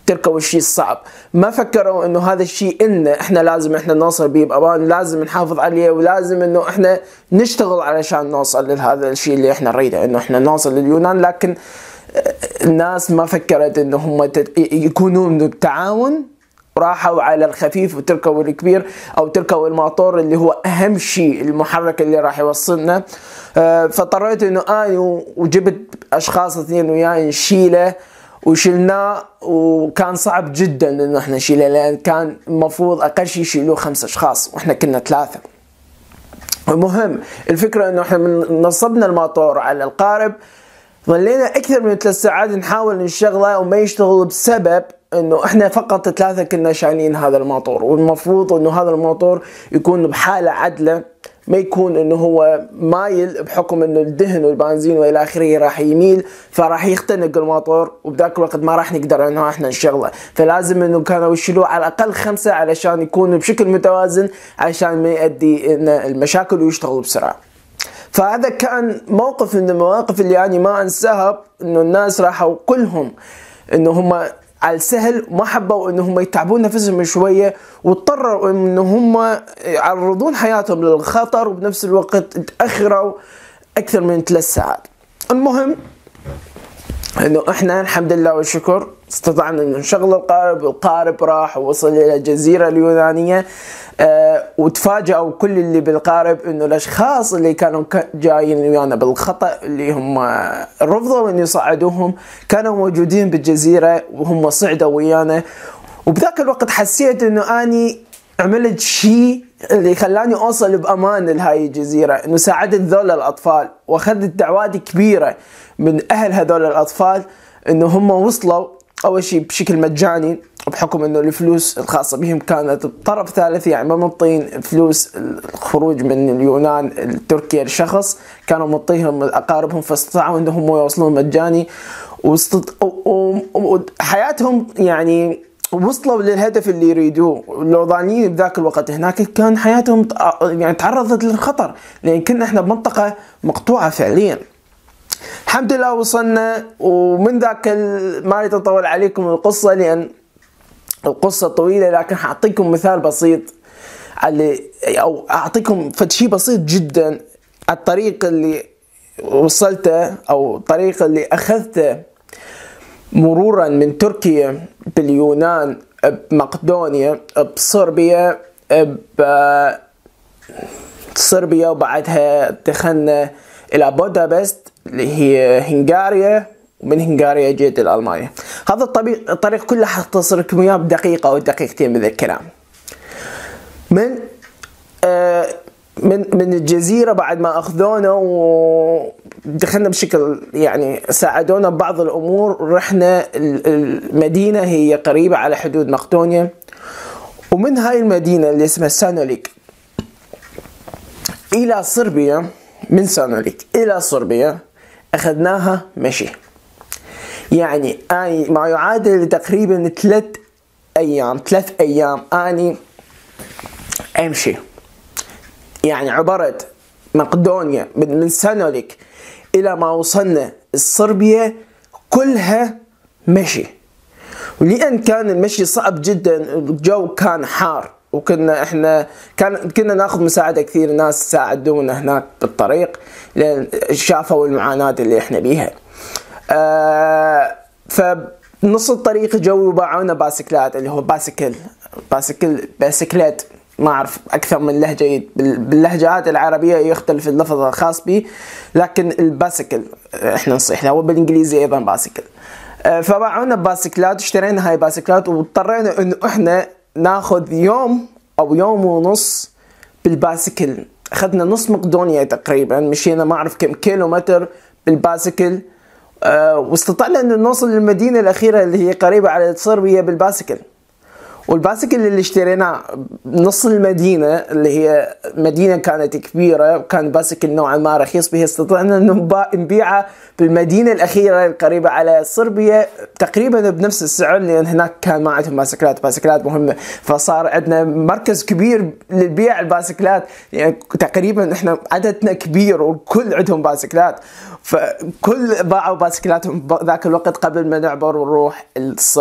تركوا الشيء الصعب، ما فكروا انه هذا الشيء إن احنا لازم احنا نوصل بيه بامان، لازم نحافظ عليه، ولازم انه احنا نشتغل علشان نوصل لهذا الشيء اللي احنا نريده، انه احنا نوصل لليونان. لكن الناس ما فكرت انه هم يكونون بالتعاون، راحوا على الخفيف وتركوا الكبير او تركوا الموتور اللي هو اهم شيء، المحرك اللي راح يوصلنا. فاضطريت انه انا وجبت اشخاص اثنين وياي نشيله، وشلناه، وكان صعب جدا انه احنا نشيله، لان كان المفروض اقل شيء يشيلوه خمس اشخاص واحنا كنا ثلاثه. المهم الفكره انه احنا من نصبنا الموتور على القارب، ظلينا اكثر من ثلاث ساعات نحاول نشغله وما يشتغل، بسبب انه احنا فقط ثلاثه كنا شايلين هذا الموتور، والمفروض انه هذا الموتور يكون بحاله عدله، ما يكون انه هو مايل بحكم انه الدهن والبنزين والى اخره راح يميل، فراح يختنق الموتور، وبذاك الوقت ما راح نقدر انه احنا نشغله. فلازم انه كانوا يشيلوه على الاقل خمسه علشان يكون بشكل متوازن، عشان ما يؤدي ان المشاكل ويشتغل بسرعه. فهذا كان موقف من المواقف اللي يعني ما انساها، انه الناس راحوا كلهم انه هم على السهل، وما حبوا انه هم يتعبون نفسهم شويه، واضطروا انه هم يعرضون حياتهم للخطر، وبنفس الوقت تاخروا اكثر من ثلاث ساعات. المهم انه احنا الحمد لله والشكر استطعنا انه نشغل القارب، والقارب راح ووصل الى الجزيره اليونانيه. أه وتفاجئوا كل اللي بالقارب انه الاشخاص اللي كانوا جايين ويانا بالخطأ، اللي هم رفضوا ان يصعدوهم، كانوا موجودين بالجزيره وهم صعدوا ويانا. وبذاك الوقت حسيت انه اني عملت شيء اللي خلاني اوصل بامان لهاي الجزيره، انه ساعدت ذول الاطفال، واخذت دعوات كبيره من اهل هذول الاطفال انه هم وصلوا اول شيء بشكل مجاني، بحكم انه الفلوس الخاصه بهم كانت بطرف ثالث، يعني ما مطين فلوس الخروج من اليونان لتركيا لشخص، كانوا مطيهم اقاربهم، فاستطاعوا انهم يوصلون مجاني، وحياتهم يعني وصلوا للهدف اللي يريدوه. لو ظانين بذاك الوقت هناك كان حياتهم يعني تعرضت للخطر، لان كنا احنا بمنطقه مقطوعه فعليا. الحمد لله وصلنا. ومن ذاك ما اريد اطول عليكم القصه لان القصه طويله، لكن حاعطيكم مثال بسيط على او اعطيكم شيء بسيط جدا على الطريق اللي وصلته، او الطريق اللي اخذته مرورا من تركيا باليونان بمقدونيا بصربيا بصربيا وبعدها دخلنا الى بودابست اللي هي هنغاريا، ومن هنغاريا جيت الى المانيا. هذا الطريق الطريق كله حختصر لكم اياه بدقيقه او دقيقتين من الكلام. من آه من من الجزيره بعد ما اخذونا ودخلنا بشكل يعني ساعدونا ببعض الامور، رحنا المدينه هي قريبه على حدود مقدونيا، ومن هاي المدينه اللي اسمها سانوليك الى صربيا، من سانوليك الى صربيا اخذناها مشي، يعني اني ما يعادل تقريبا ثلاث ايام ثلاث ايام اني امشي. يعني عبرت مقدونيا من سانوليك الى ما وصلنا الصربيا كلها مشي، ولأن كان المشي صعب جدا، الجو كان حار، وكنا احنا كان كنا ناخذ مساعده كثير، ناس ساعدونا هناك بالطريق لان شافوا المعاناه اللي احنا بيها. آه فنص الطريق جو باعونا باسكلات، اللي هو باسكل باسكل باسكلات، ما اعرف اكثر من لهجه، باللهجات العربيه يختلف اللفظ الخاص به، لكن الباسكل احنا نصيح له، وبالانجليزي ايضا باسكل. آه فباعونا باسكلات، اشترينا هاي باسكلات، واضطرينا انه احنا ناخذ يوم او يوم ونص بالباسكل. اخذنا نص مقدونيا تقريبا، مشينا ما اعرف كم كيلو متر بالباسكل، أه واستطعنا ان نوصل للمدينه الاخيره اللي هي قريبه على صربيا بالباسكل. والباسكل اللي اشتريناه نص المدينه اللي هي مدينه كانت كبيره، كان باسكل نوعا ما رخيص به، استطعنا ان نبيعه بالمدينه الاخيره القريبه على صربيا تقريبا بنفس السعر، لان هناك كان ما عندهم باسكلات باسكلات مهمه، فصار عندنا مركز كبير للبيع الباسكلات، يعني تقريبا احنا عددنا كبير والكل عندهم باسكلات، فكل باعوا باسكلاتهم ذاك الوقت قبل ما نعبر ونروح لصربيا.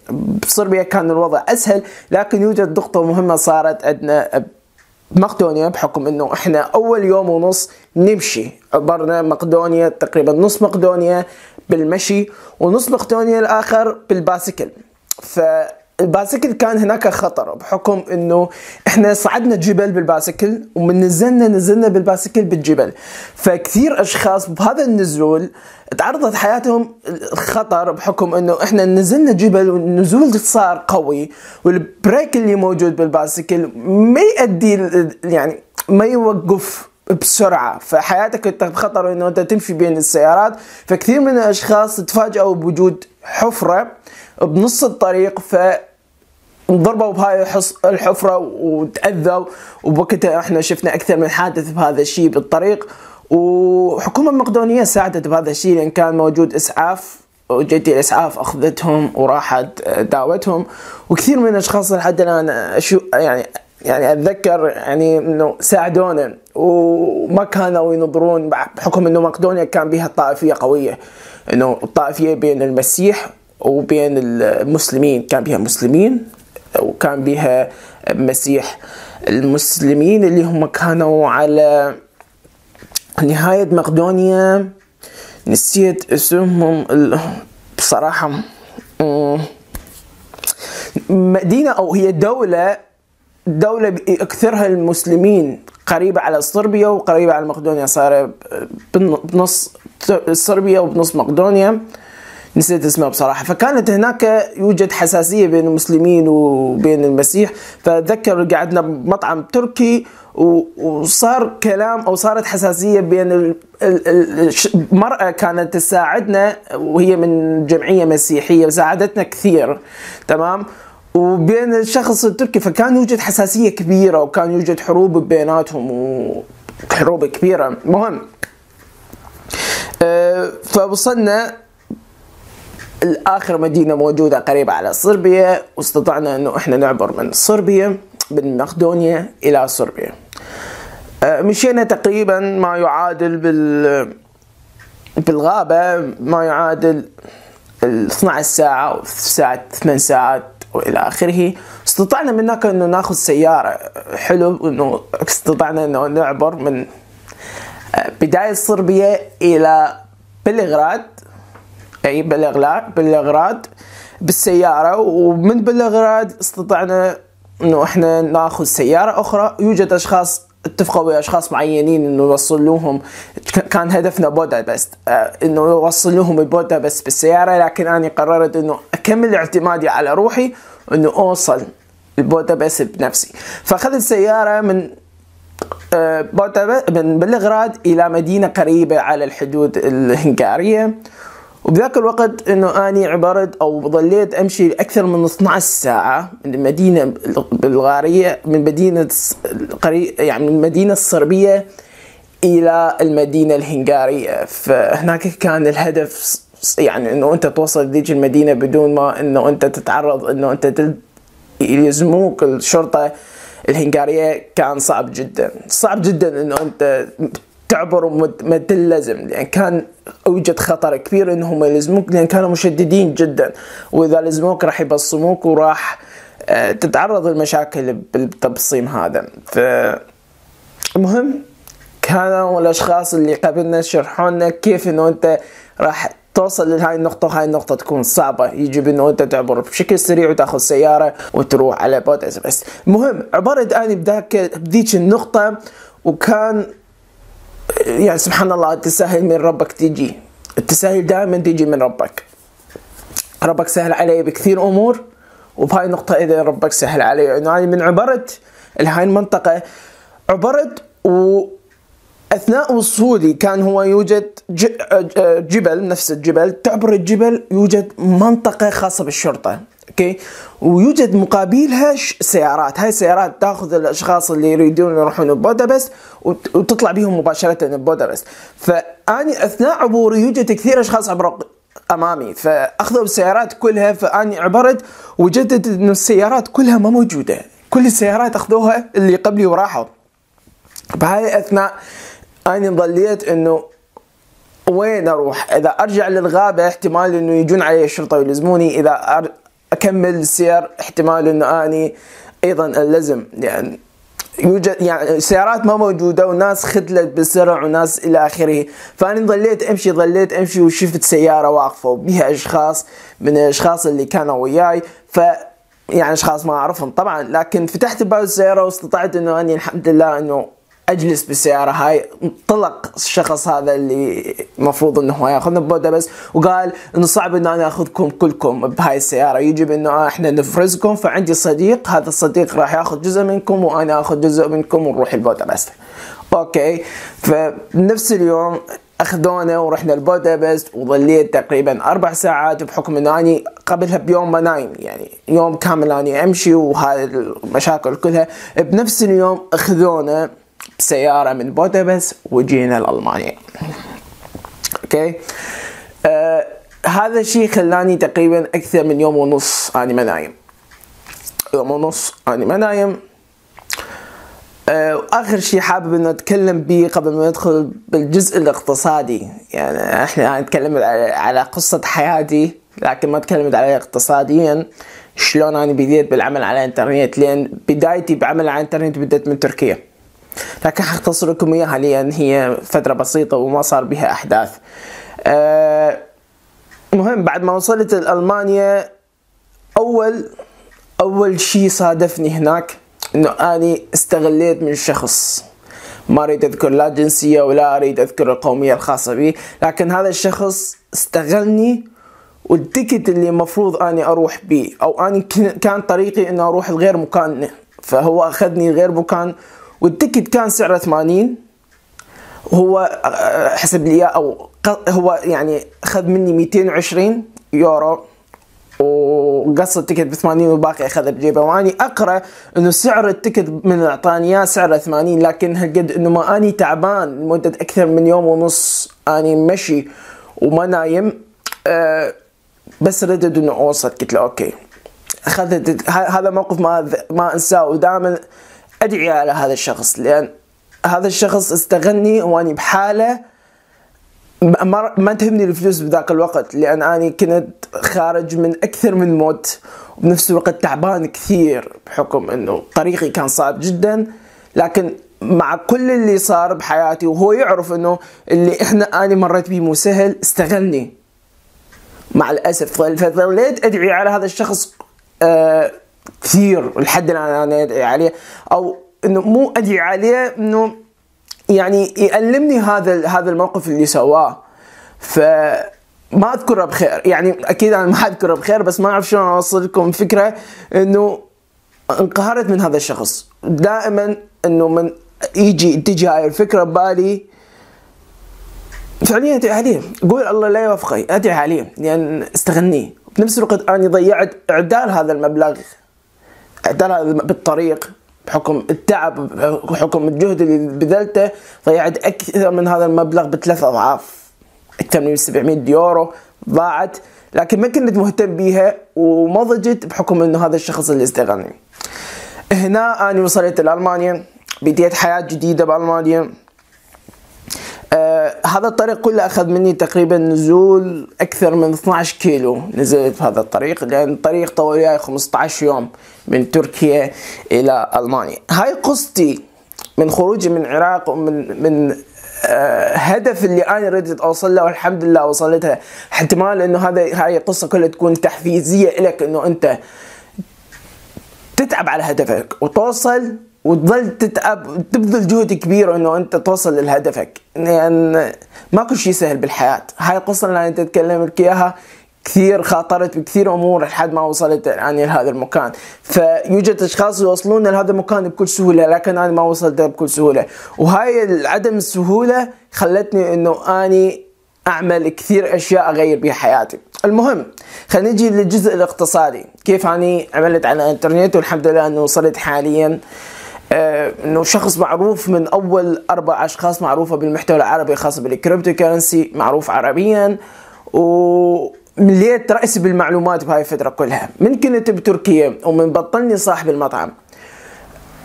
بصربيا كان الوضع أسهل، لكن يوجد نقطة مهمة صارت عندنا بمقدونيا، بحكم إنه إحنا أول يوم ونص نمشي عبرنا مقدونيا تقريبا نص مقدونيا بالمشي ونص مقدونيا الآخر بالباسكل. فالباسكل كان هناك خطر بحكم إنه إحنا صعدنا جبل بالباسكل ومن نزلنا نزلنا بالباسكل بالجبل، فكثير أشخاص بهذا النزول تعرضت حياتهم الخطر بحكم إنه إحنا نزلنا جبل والنزول صار قوي، والبريك اللي موجود بالباسكل ما يؤدي يعني ما يوقف بسرعة، فحياتك انت بخطر انه انت تمشي بين السيارات. فكثير من الاشخاص تفاجئوا بوجود حفرة بنص الطريق، فانضربوا بهاي الحفرة وتأذوا، وبوقتها احنا شفنا اكثر من حادث بهذا الشيء بالطريق. وحكومة مقدونية ساعدت بهذا الشيء لان كان موجود اسعاف، وجدي الاسعاف اخذتهم وراحت داوتهم. وكثير من الاشخاص لحد الان شو يعني يعني أتذكر يعني إنه ساعدونا وما كانوا ينظرون، بحكم إنه مقدونيا كان بها طائفية قوية، إنه الطائفية بين المسيح وبين المسلمين، كان بها مسلمين وكان بها مسيح. المسلمين اللي هم كانوا على نهاية مقدونيا نسيت اسمهم بصراحة، مدينة أو هي دولة دولة أكثرها المسلمين قريبة على صربيا وقريبة على مقدونيا، صار بنص صربيا وبنص مقدونيا، نسيت اسمها بصراحة. فكانت هناك يوجد حساسية بين المسلمين وبين المسيح. فأتذكر قعدنا بمطعم تركي وصار كلام أو صارت حساسية بين المرأة كانت تساعدنا وهي من جمعية مسيحية وساعدتنا كثير، تمام، وبين الشخص التركي. فكان يوجد حساسية كبيرة وكان يوجد حروب بيناتهم وحروب كبيرة. مهم فوصلنا الآخر مدينة موجودة قريبة على صربيا، واستطعنا أنه إحنا نعبر من صربيا من مقدونيا إلى صربيا. مشينا تقريبا ما يعادل بال بالغابة ما يعادل اثنتي عشرة ساعة أو ساعة ثمان ساعات وإلى آخره. استطعنا من هناك أنه نأخذ سيارة، حلو أنه استطعنا أنه نعبر من بداية صربيا إلى بلغراد، أي بلغراد بلغراد بالسيارة، ومن بلغراد استطعنا أنه إحنا نأخذ سيارة أخرى. يوجد أشخاص اتفقوا ويا أشخاص معينين أنه يوصل لهم، كان هدفنا بودابست أنه يوصل لهم بودابست بالسيارة، لكن أنا قررت أنه أكمل اعتمادي على روحي أنه أوصل بودابست بنفسي. فأخذت سيارة من من بلغراد إلى مدينة قريبة على الحدود الهنغارية. وبذاك الوقت انه اني عبرت او ظليت امشي اكثر من اثنتي عشرة ساعة من المدينة البلغارية، من مدينة يعني من المدينة الصربية الى المدينة الهنغارية. فهناك كان الهدف يعني انه انت توصل ذيك المدينة بدون ما انه انت تتعرض انه انت يلزموك الشرطة الهنغارية. كان صعب جدا صعب جدا انه انت تعبر وما تلزم، لأن كان يوجد خطر كبير إنهم يلزموك، لأن كانوا مشددين جدا، وإذا لزموك راح يبصموك وراح تتعرض للمشاكل بالتبصيم هذا. فمهم كانوا الأشخاص اللي قبلنا شرحوا لنا كيف إنه أنت راح توصل لهاي النقطة، وهاي النقطة تكون صعبة، يجب إنه أنت تعبر بشكل سريع وتأخذ سيارة وتروح على بودابست. مهم عبرت أنا بذاك بذيك النقطة، وكان يعني سبحان الله التساهل من ربك تيجي، التساهل دائما تيجي من ربك. ربك سهل علي بكثير أمور، وبهاي النقطة إذا ربك سهل علي إنه أنا من عبرت لهاي المنطقة عبرت، وأثناء وصولي كان هو يوجد جبل، نفس الجبل تعبر الجبل يوجد منطقة خاصة بالشرطة، اوكي، ويوجد مقابلها سيارات. هاي السيارات تاخذ الاشخاص اللي يريدون يروحون بودابست وتطلع بهم مباشره بودابست. فاني اثناء عبوري يوجد كثير اشخاص عبروا امامي، فاخذوا السيارات كلها. فاني عبرت وجدت ان السيارات كلها ما موجوده، كل السيارات اخذوها اللي قبلي وراحوا. بهاي اثناء اني ظليت انه وين اروح، اذا ارجع للغابه احتمال انه يجون علي الشرطه ويلزموني، اذا أكمل السير احتمال إنه أني أيضا اللزم، يعني يوجد يعني سيارات ما موجودة وناس خذلت بالسرعة وناس إلى آخره. فأنا ظليت أمشي ظليت أمشي وشفت سيارة واقفة وبها أشخاص من الأشخاص اللي كانوا وياي، ف يعني أشخاص ما أعرفهم طبعا، لكن فتحت باب السيارة واستطعت إنه أني الحمد لله إنه أجلس بالسيارة هاي. انطلق الشخص هذا اللي مفروض إنه هو يأخذنا بودابست وقال إنه صعب إنه أنا أخذكم كلكم بهاي السيارة، يجب إنه إحنا نفرزكم، فعندي صديق هذا الصديق راح يأخذ جزء منكم وأنا أخذ جزء منكم ونروح البودابست. أوكي، فنفس اليوم أخذونا ورحنا البودابست وظليت تقريبا أربع ساعات، بحكم إنه أني قبلها بيوم ما نايم، يعني يوم كامل أني أمشي وهذه المشاكل كلها. بنفس اليوم أخذونا بسيارة من بودابست وجينا لألمانيا. أوكي، آه هذا الشيء خلاني تقريبا أكثر من يوم ونص أنا ما نايم، يوم ونص أنا ما نايم. آه آخر شيء حابب إنه أتكلم به قبل ما ندخل بالجزء الاقتصادي، يعني إحنا هنتكلم على قصة حياتي لكن ما تكلمت عليها اقتصاديا، شلون أنا بديت بالعمل على الإنترنت، لأن بدايتي بعمل على الإنترنت بدأت من تركيا، لكن حختصر لكم إياها لأن هي فترة بسيطة وما صار بها أحداث. أه مهم بعد ما وصلت لألمانيا، أول أول شيء صادفني هناك إنه أني استغليت من شخص، ما أريد أذكر لا جنسية ولا أريد أذكر القومية الخاصة بي، لكن هذا الشخص استغلني، والتيكت اللي مفروض أني أروح بيه أو أني كان طريقي إنه أروح الغير مكان، فهو أخذني غير مكان، والتيكت كان سعره ثمانين، وهو حسب لي أو هو يعني أخذ مني مئتين وعشرين يورو وقص التيكت بثمانين والباقي أخذه بجيبه. وأني أقرأ إنه سعر التيكت من أعطاني سعره ثمانين، لكن هالقد إنه ما أني تعبان لمدة أكثر من يوم ونص، أني مشي وما نايم، أه بس ردد إنه أوصل. قلت له أوكي، أخذت هذا موقف ما ما أنساه، ودائما أدعي على هذا الشخص، لأن هذا الشخص استغني وأني بحالة ما, ما تهمني الفلوس بذاك الوقت، لأن أنا كنت خارج من أكثر من موت، وبنفس الوقت تعبان كثير بحكم أنه طريقي كان صعب جدا. لكن مع كل اللي صار بحياتي وهو يعرف أنه اللي إحنا أنا مريت به مو سهل، استغلني مع الأسف. فظليت أدعي على هذا الشخص آه كثير لحد الآن أنا أدعي عليه، أو إنه مو أدعي عليه، إنه يعني يألمني هذا هذا الموقف اللي سواه. فما أذكره بخير، يعني أكيد أنا ما أذكره بخير، بس ما أعرف شلون أوصل لكم فكرة إنه انقهرت من هذا الشخص. دائما إنه من يجي تجي هاي الفكرة ببالي فعليا أدعي عليه، قول الله لا يوفقه، أدعي عليه لأن استغنيه. بنفس الوقت أنا ضيعت إعدال هذا المبلغ، إعدال هذا بالطريق بحكم التعب بحكم الجهد اللي بذلته، ضيعت أكثر من هذا المبلغ بثلاث أضعاف، أكثر من سبعمية يورو ضاعت، لكن ما كنت مهتم بيها وما ضجت بحكم إنه هذا الشخص اللي استغني. هنا أنا وصلت لألمانيا، بديت حياة جديدة بألمانيا. آه هذا الطريق كله أخذ مني تقريبا نزول أكثر من اثنا عشر كيلو، نزلت في هذا الطريق، لأن الطريق طول لي خمسة عشر يوم من تركيا إلى ألمانيا. هاي قصتي من خروجي من العراق ومن من آه هدف اللي أنا ردت أوصل له، والحمد لله وصلتها. احتمال إنه هذا هاي القصة كلها تكون تحفيزية لك، إنه أنت تتعب على هدفك وتوصل، وتظل تتعب تبذل جهد كبير انه انت توصل لهدفك، لان ما كل شيء سهل بالحياه. هاي القصه اللي انا اتكلم لك اياها كثير خاطرت بكثير امور لحد ما وصلت يعني لهذا المكان. فيوجد اشخاص يوصلون لهذا المكان بكل سهوله، لكن انا ما وصلت بكل سهوله، وهاي عدم السهوله خلتني انه اني اعمل كثير اشياء اغير بها حياتي. المهم خلينا نجي للجزء الاقتصادي، كيف اني عملت على الانترنت، والحمد لله انه وصلت حاليا آه انه شخص معروف من اول اربع اشخاص معروفه بالمحتوى العربي خاص بالكريبتو كرنسي، معروف عربيا، ومليت رأسي بالمعلومات بهاي الفتره كلها. من كنت بتركيا ومن بطلني صاحب المطعم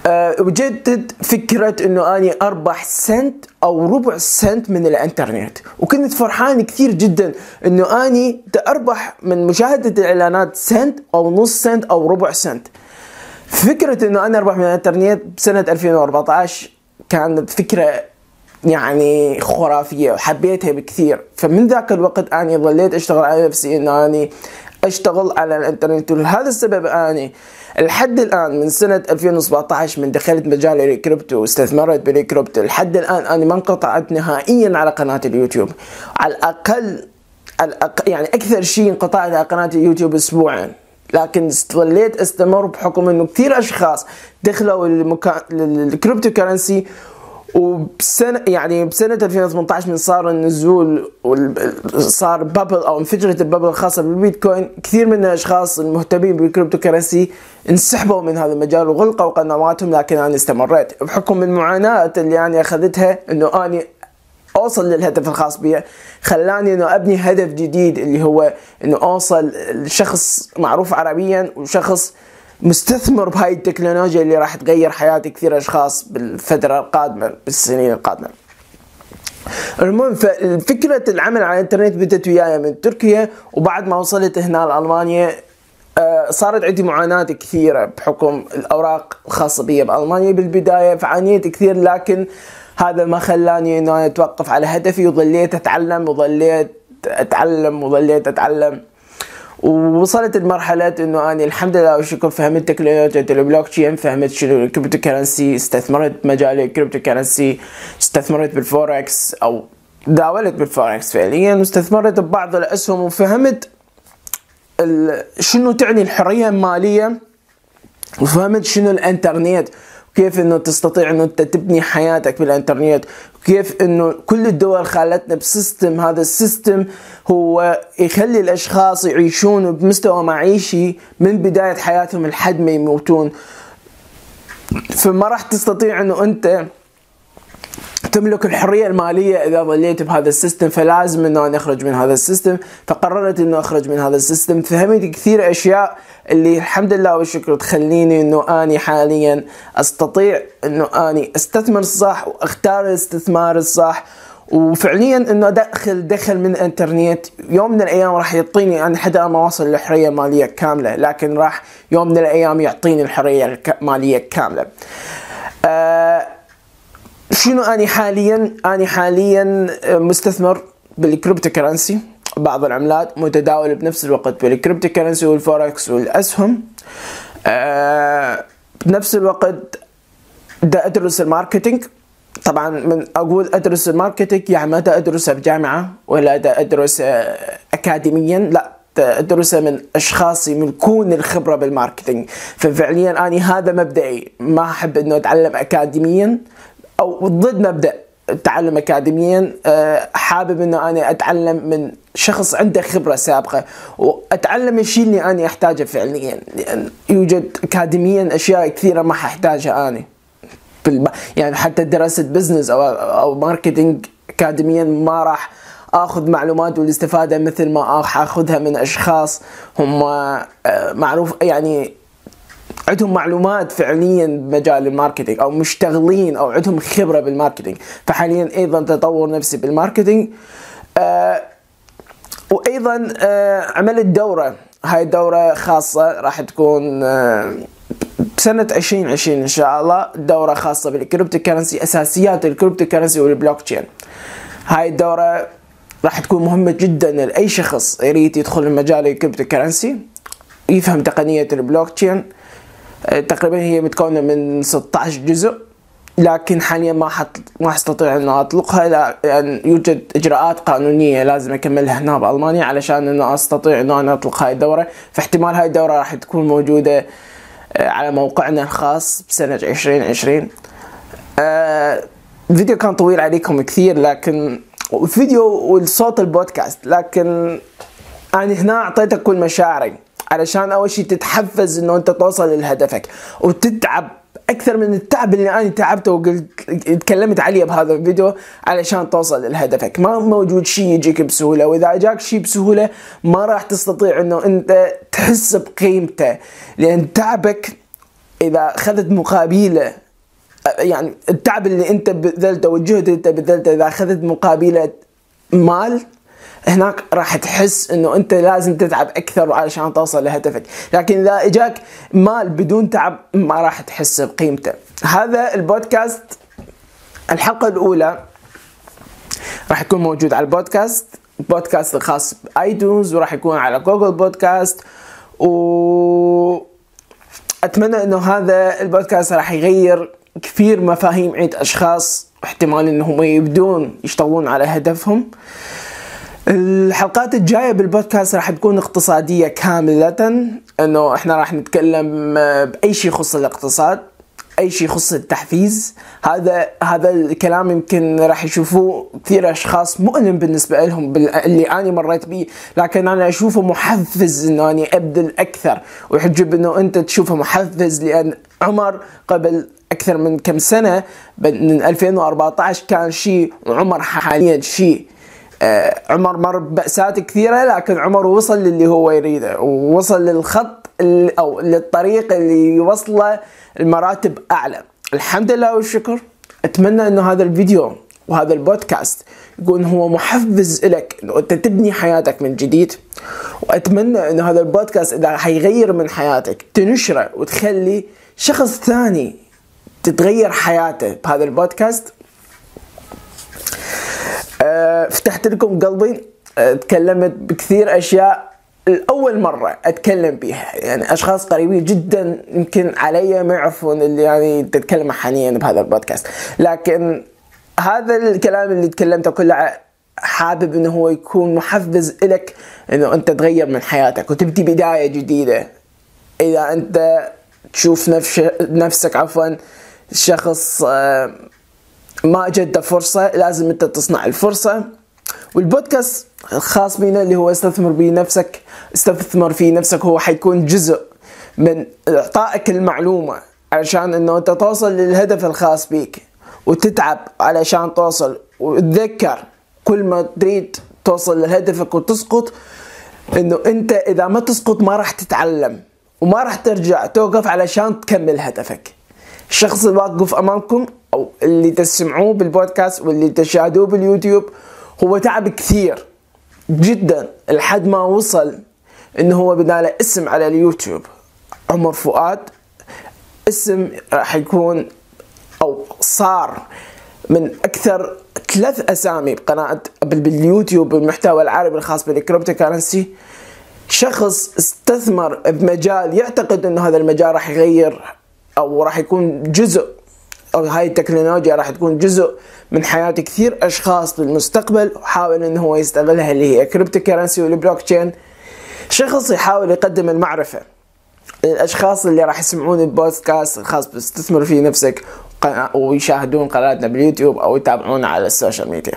أه وجدت فكرة انه اني اربح سنت او ربع سنت من الانترنت، وكنت فرحان كثير جدا انه اني اربح من مشاهدة الاعلانات سنت او نص سنت او ربع سنت. فكرة انه انا اربح من الانترنت بسنة ألفين وأربعة عشر كانت فكرة يعني خرافية وحبيتها بكثير. فمن ذاك الوقت اني ظليت اشتغل على نفسي انه اني اشتغل على الانترنت، ولهذا السبب اني لحد الان من سنة ألفين وسبعة عشر من دخلت مجال الكريبتو واستثمرت بالكريبتو لحد الان انا ما انقطعت نهائيا على قناة اليوتيوب. على الاقل يعني اكثر شيء انقطعت على قناة اليوتيوب اسبوعين، لكن ظليت استمر بحكم انه كثير اشخاص دخلوا للكريبتو كرنسي. وبسنة يعني بسنة ألفين وثمانية عشر من صار النزول وصار بابل او انفجرت البابل الخاصة بالبيتكوين، كثير من الاشخاص المهتمين بالكريبتو كرنسي انسحبوا من هذا المجال وغلقوا قنواتهم، لكن انا استمريت بحكم المعاناة اللي انا اخذتها انه اني اوصل للهدف الخاص بي. خلاني انه ابني هدف جديد اللي هو انه اوصل لشخص معروف عربيا وشخص مستثمر بهاي التكنولوجيا اللي راح تغير حياة كثير اشخاص بالفترة القادمة بالسنين القادمة. المهم ففكرة العمل على الانترنت بدت وياي من تركيا، وبعد ما وصلت هنا لألمانيا صارت عندي معاناة كثيرة بحكم الأوراق الخاصة بي بألمانيا بالبداية، فعانيت كثير، لكن هذا ما خلاني انه اتوقف على هدفي، وظليت اتعلم وظليت اتعلم وظليت اتعلم ووصلت لمرحلة انه اني الحمد لله والشكر فهمت تكنولوجيا البلوك تشين، فهمت شنو الكريبتو كرنسي، استثمرت بمجال الكريبتو كرنسي، استثمرت بالفوركس او داولت بالفوركس فعليا، واستثمرت ببعض الاسهم، وفهمت شنو تعني الحرية المالية، وفهمت شنو الانترنت، كيف انه تستطيع انه انت تبني حياتك بالانترنت، وكيف انه كل الدول خالتنا بسيستم، هذا السيستم هو يخلي الاشخاص يعيشون بمستوى معيشي من بداية حياتهم لحد ما يموتون. فما راح تستطيع انه انت تملك الحرية المالية إذا ظليت بهذا السيستم، فلازم إنه أنا أخرج من هذا السيستم. فقررت إنه أخرج من هذا السيستم، فهمت كثير أشياء اللي الحمد لله والشكر تخليني إنه أني حاليا أستطيع إنه أني أستثمر صح وأختار الاستثمار الصح، وفعليا إنه أدخل دخل من الإنترنت. يوم من الأيام راح يعطيني أنا حتى ما أوصل للحرية المالية كاملة، لكن راح يوم من الأيام يعطيني الحرية المالية كاملة. أه شنو أني حاليا؟ أني حاليا مستثمر بالكريبتو كرنسي، بعض العملات، متداول بنفس الوقت بالكريبتو كرنسي والفوركس والأسهم. أه بنفس الوقت دا أدرس الماركتينج. طبعا من أقول أدرس الماركتينج يعني ما دا أدرسها بجامعة ولا دا أدرس أكاديميا، لا، أدرس من أشخاص يملكون الخبرة بالماركتينج. ففعليا أني هذا مبدئي، ما أحب أنه أتعلم أكاديميا أو ضد مبدأ التعلم أكاديميا. حابب أنه أنا أتعلم من شخص عنده خبرة سابقة، وأتعلم الشيء اللي أنا أحتاجه فعليا، لأن يوجد أكاديميا أشياء كثيرة ما أحتاجها أنا. يعني حتى دراسة بزنس أو أو ماركتينج أكاديميا ما راح أخذ معلومات والاستفادة مثل ما راح أخذها من أشخاص هم معروف يعني عندهم معلومات فعليا بمجال الماركتينج أو مشتغلين أو عندهم خبرة بالماركتينج. فحاليا أيضا تطور نفسي بالماركتينج. آه وأيضا آه عملت دورة، هاي الدورة خاصة راح تكون آه بسنة عشرين عشرين إن شاء الله، دورة خاصة بالكريبتو كرنسي، أساسيات الكريبتو كرنسي والبلوك تشين. هاي الدورة راح تكون مهمة جدا لأي شخص يريد يدخل المجال الكريبتو كرنسي، يفهم تقنية البلوك تشين. تقريبا هي متكونة من ستة عشر جزء، لكن حاليا ما حت ما استطيع أن أطلقها لأن يعني يوجد إجراءات قانونية لازم أكملها هنا بألمانيا علشان أنه أستطيع أنه أنا أطلق هاي الدورة. فاحتمال هاي الدورة راح تكون موجودة على موقعنا الخاص بسنة عشرين عشرين. الفيديو كان طويل عليكم كثير، لكن الفيديو والصوت البودكاست، لكن أنا هنا أعطيتك كل مشاعري علشان أول شيء تتحفز إنه أنت توصل لهدفك، وتتعب أكثر من التعب اللي أنا تعبته وقلت اتكلمت عليه بهذا الفيديو علشان توصل لهدفك. ما موجود شيء يجيك بسهولة، وإذا جاك شيء بسهولة ما راح تستطيع إنه أنت تحس بقيمته، لأن تعبك اذا اخذت مقابله، يعني التعب اللي انت بذلته والجهد اللي انت بذلته اذا اخذت مقابله مال، هناك راح تحس انه انت لازم تتعب اكثر علشان توصل لهدفك. لكن اذا اجاك مال بدون تعب ما راح تحس بقيمته. هذا البودكاست الحلقة الاولى راح يكون موجود على البودكاست بودكاست الخاص بايتونز، وراح يكون على جوجل بودكاست، و اتمنى انه هذا البودكاست راح يغير كثير مفاهيم عند اشخاص احتمال انهم يبدون يشتغلون على هدفهم. الحلقات الجاية بالبودكاست راح تكون اقتصادية كاملة، انه احنا راح نتكلم باي شيء يخص الاقتصاد، اي شيء يخص التحفيز. هذا هذا الكلام يمكن راح يشوفوه كثير اشخاص مؤلم بالنسبة لهم اللي انا مريت به، لكن انا اشوفه محفز انه اني ابذل اكثر، ويحجب انه انت تشوفه محفز. لان عمر قبل اكثر من كم سنة من ألفين وأربعة عشر كان شيء، وعمر حاليا شيء. آه عمر مر بأسات كثيرة، لكن عمر وصل للي هو يريده، ووصل للخط او للطريق اللي يوصله المراتب اعلى. الحمد لله والشكر. اتمنى انه هذا الفيديو وهذا البودكاست يكون هو محفز لك انه انت تبني حياتك من جديد، واتمنى انه هذا البودكاست اذا حيغير من حياتك تنشره وتخلي شخص ثاني تتغير حياته بهذا البودكاست. أه فتحت لكم قلبي، أه تكلمت بكثير اشياء الأول مرة أتكلم بيها، يعني أشخاص قريبين جدا يمكن علي ما يعرفون اللي يعني تتكلم حاليا بهذا البودكاست، لكن هذا الكلام اللي تكلمته كله حابب إنه هو يكون محفز إلك إنه أنت تغير من حياتك وتبدي بداية جديدة. إذا أنت تشوف نفس نفسك عفوا شخص ما جد فرصة، لازم أنت تصنع الفرصة. والبودكاست الخاص بينا اللي هو استثمر بنفسك استثمر في نفسك هو حيكون جزء من إعطائك المعلومة علشان إنه أنت توصل للهدف الخاص بيك، وتتعب علشان توصل. وتذكر كل ما تريد توصل لهدفك وتسقط، إنه أنت إذا ما تسقط ما راح تتعلم وما راح ترجع توقف علشان تكمل هدفك. الشخص الواقف أمامكم أو اللي تسمعوه بالبودكاست واللي تشاهدوه باليوتيوب هو تعب كثير جدا لحد ما وصل انه هو بداله اسم على اليوتيوب عمر فؤاد. اسم راح يكون او صار من اكثر ثلاث اسامي بقناة باليوتيوب بالمحتوى العربي الخاص بالكريبتو كارنسي. شخص استثمر بمجال يعتقد انه هذا المجال راح يغير او راح يكون جزء، أو هاي التكنولوجيا راح تكون جزء من حياة كثير أشخاص بالمستقبل، وحاول إنه هو يستغلها اللي هي كريبتو كارنسي والبلوك تشين. شخص يحاول يقدم المعرفة للأشخاص اللي راح يسمعون البودكاست الخاص باستثمر في نفسك ويشاهدون قناتنا باليوتيوب أو يتابعونا على السوشيال ميديا.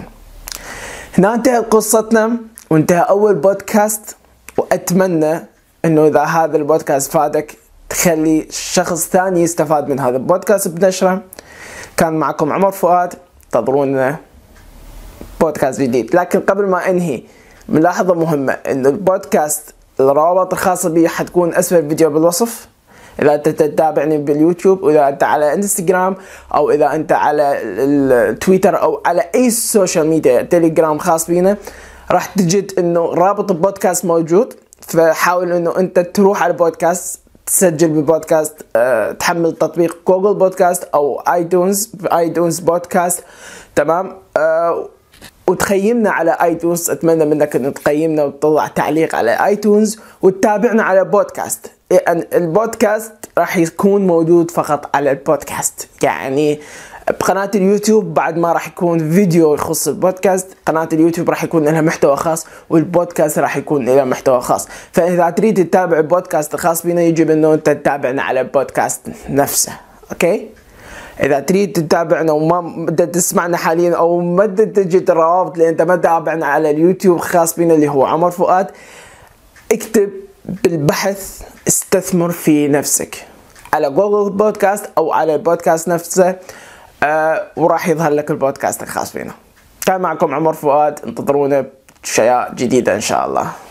هنا انتهت قصتنا وانتهى أول بودكاست، وأتمنى إنه إذا هذا البودكاست فادك تخلي شخص ثاني يستفاد من هذا البودكاست بنشره. كان معكم عمر فؤاد، انتظرونا بودكاست جديد. لكن قبل ما انهي ملاحظة مهمة، ان البودكاست الروابط الخاصة بي حتكون اسفل الفيديو بالوصف. اذا انت تتابعني باليوتيوب، واذا انت على انستغرام، او اذا انت على التويتر، او على اي سوشيال ميديا تيليجرام خاص بينا، راح تجد انه رابط البودكاست موجود. فحاول انه انت تروح على البودكاست، تسجل بالبودكاست، أه، تحمل تطبيق جوجل بودكاست او ايتونز ايتونز بودكاست، تمام. أه، وتقيمنا على ايتونز. اتمنى منك ان تقيمنا وتطلع تعليق على ايتونز، وتتابعنا على بودكاست. يعني البودكاست راح يكون موجود فقط على البودكاست، يعني بقناة اليوتيوب بعد ما راح يكون فيديو يخص البودكاست. قناة اليوتيوب راح يكون لها محتوى خاص، والبودكاست راح يكون لها محتوى خاص. فإذا تريد تتابع البودكاست الخاص بنا يجب أنه أنت تتابعنا على البودكاست نفسه. أوكي؟ إذا تريد تتابعنا وما بدك تسمعنا حاليا، أو ما بدك تجد الروابط اللي أنت ما تتابعنا على اليوتيوب خاص بنا اللي هو عمر فؤاد، اكتب بالبحث استثمر في نفسك على جوجل بودكاست أو على البودكاست نفسه، أه وراح يظهر لك البودكاست الخاص بنا. كان معكم عمر فؤاد، انتظرونا بشيء جديد إن شاء الله.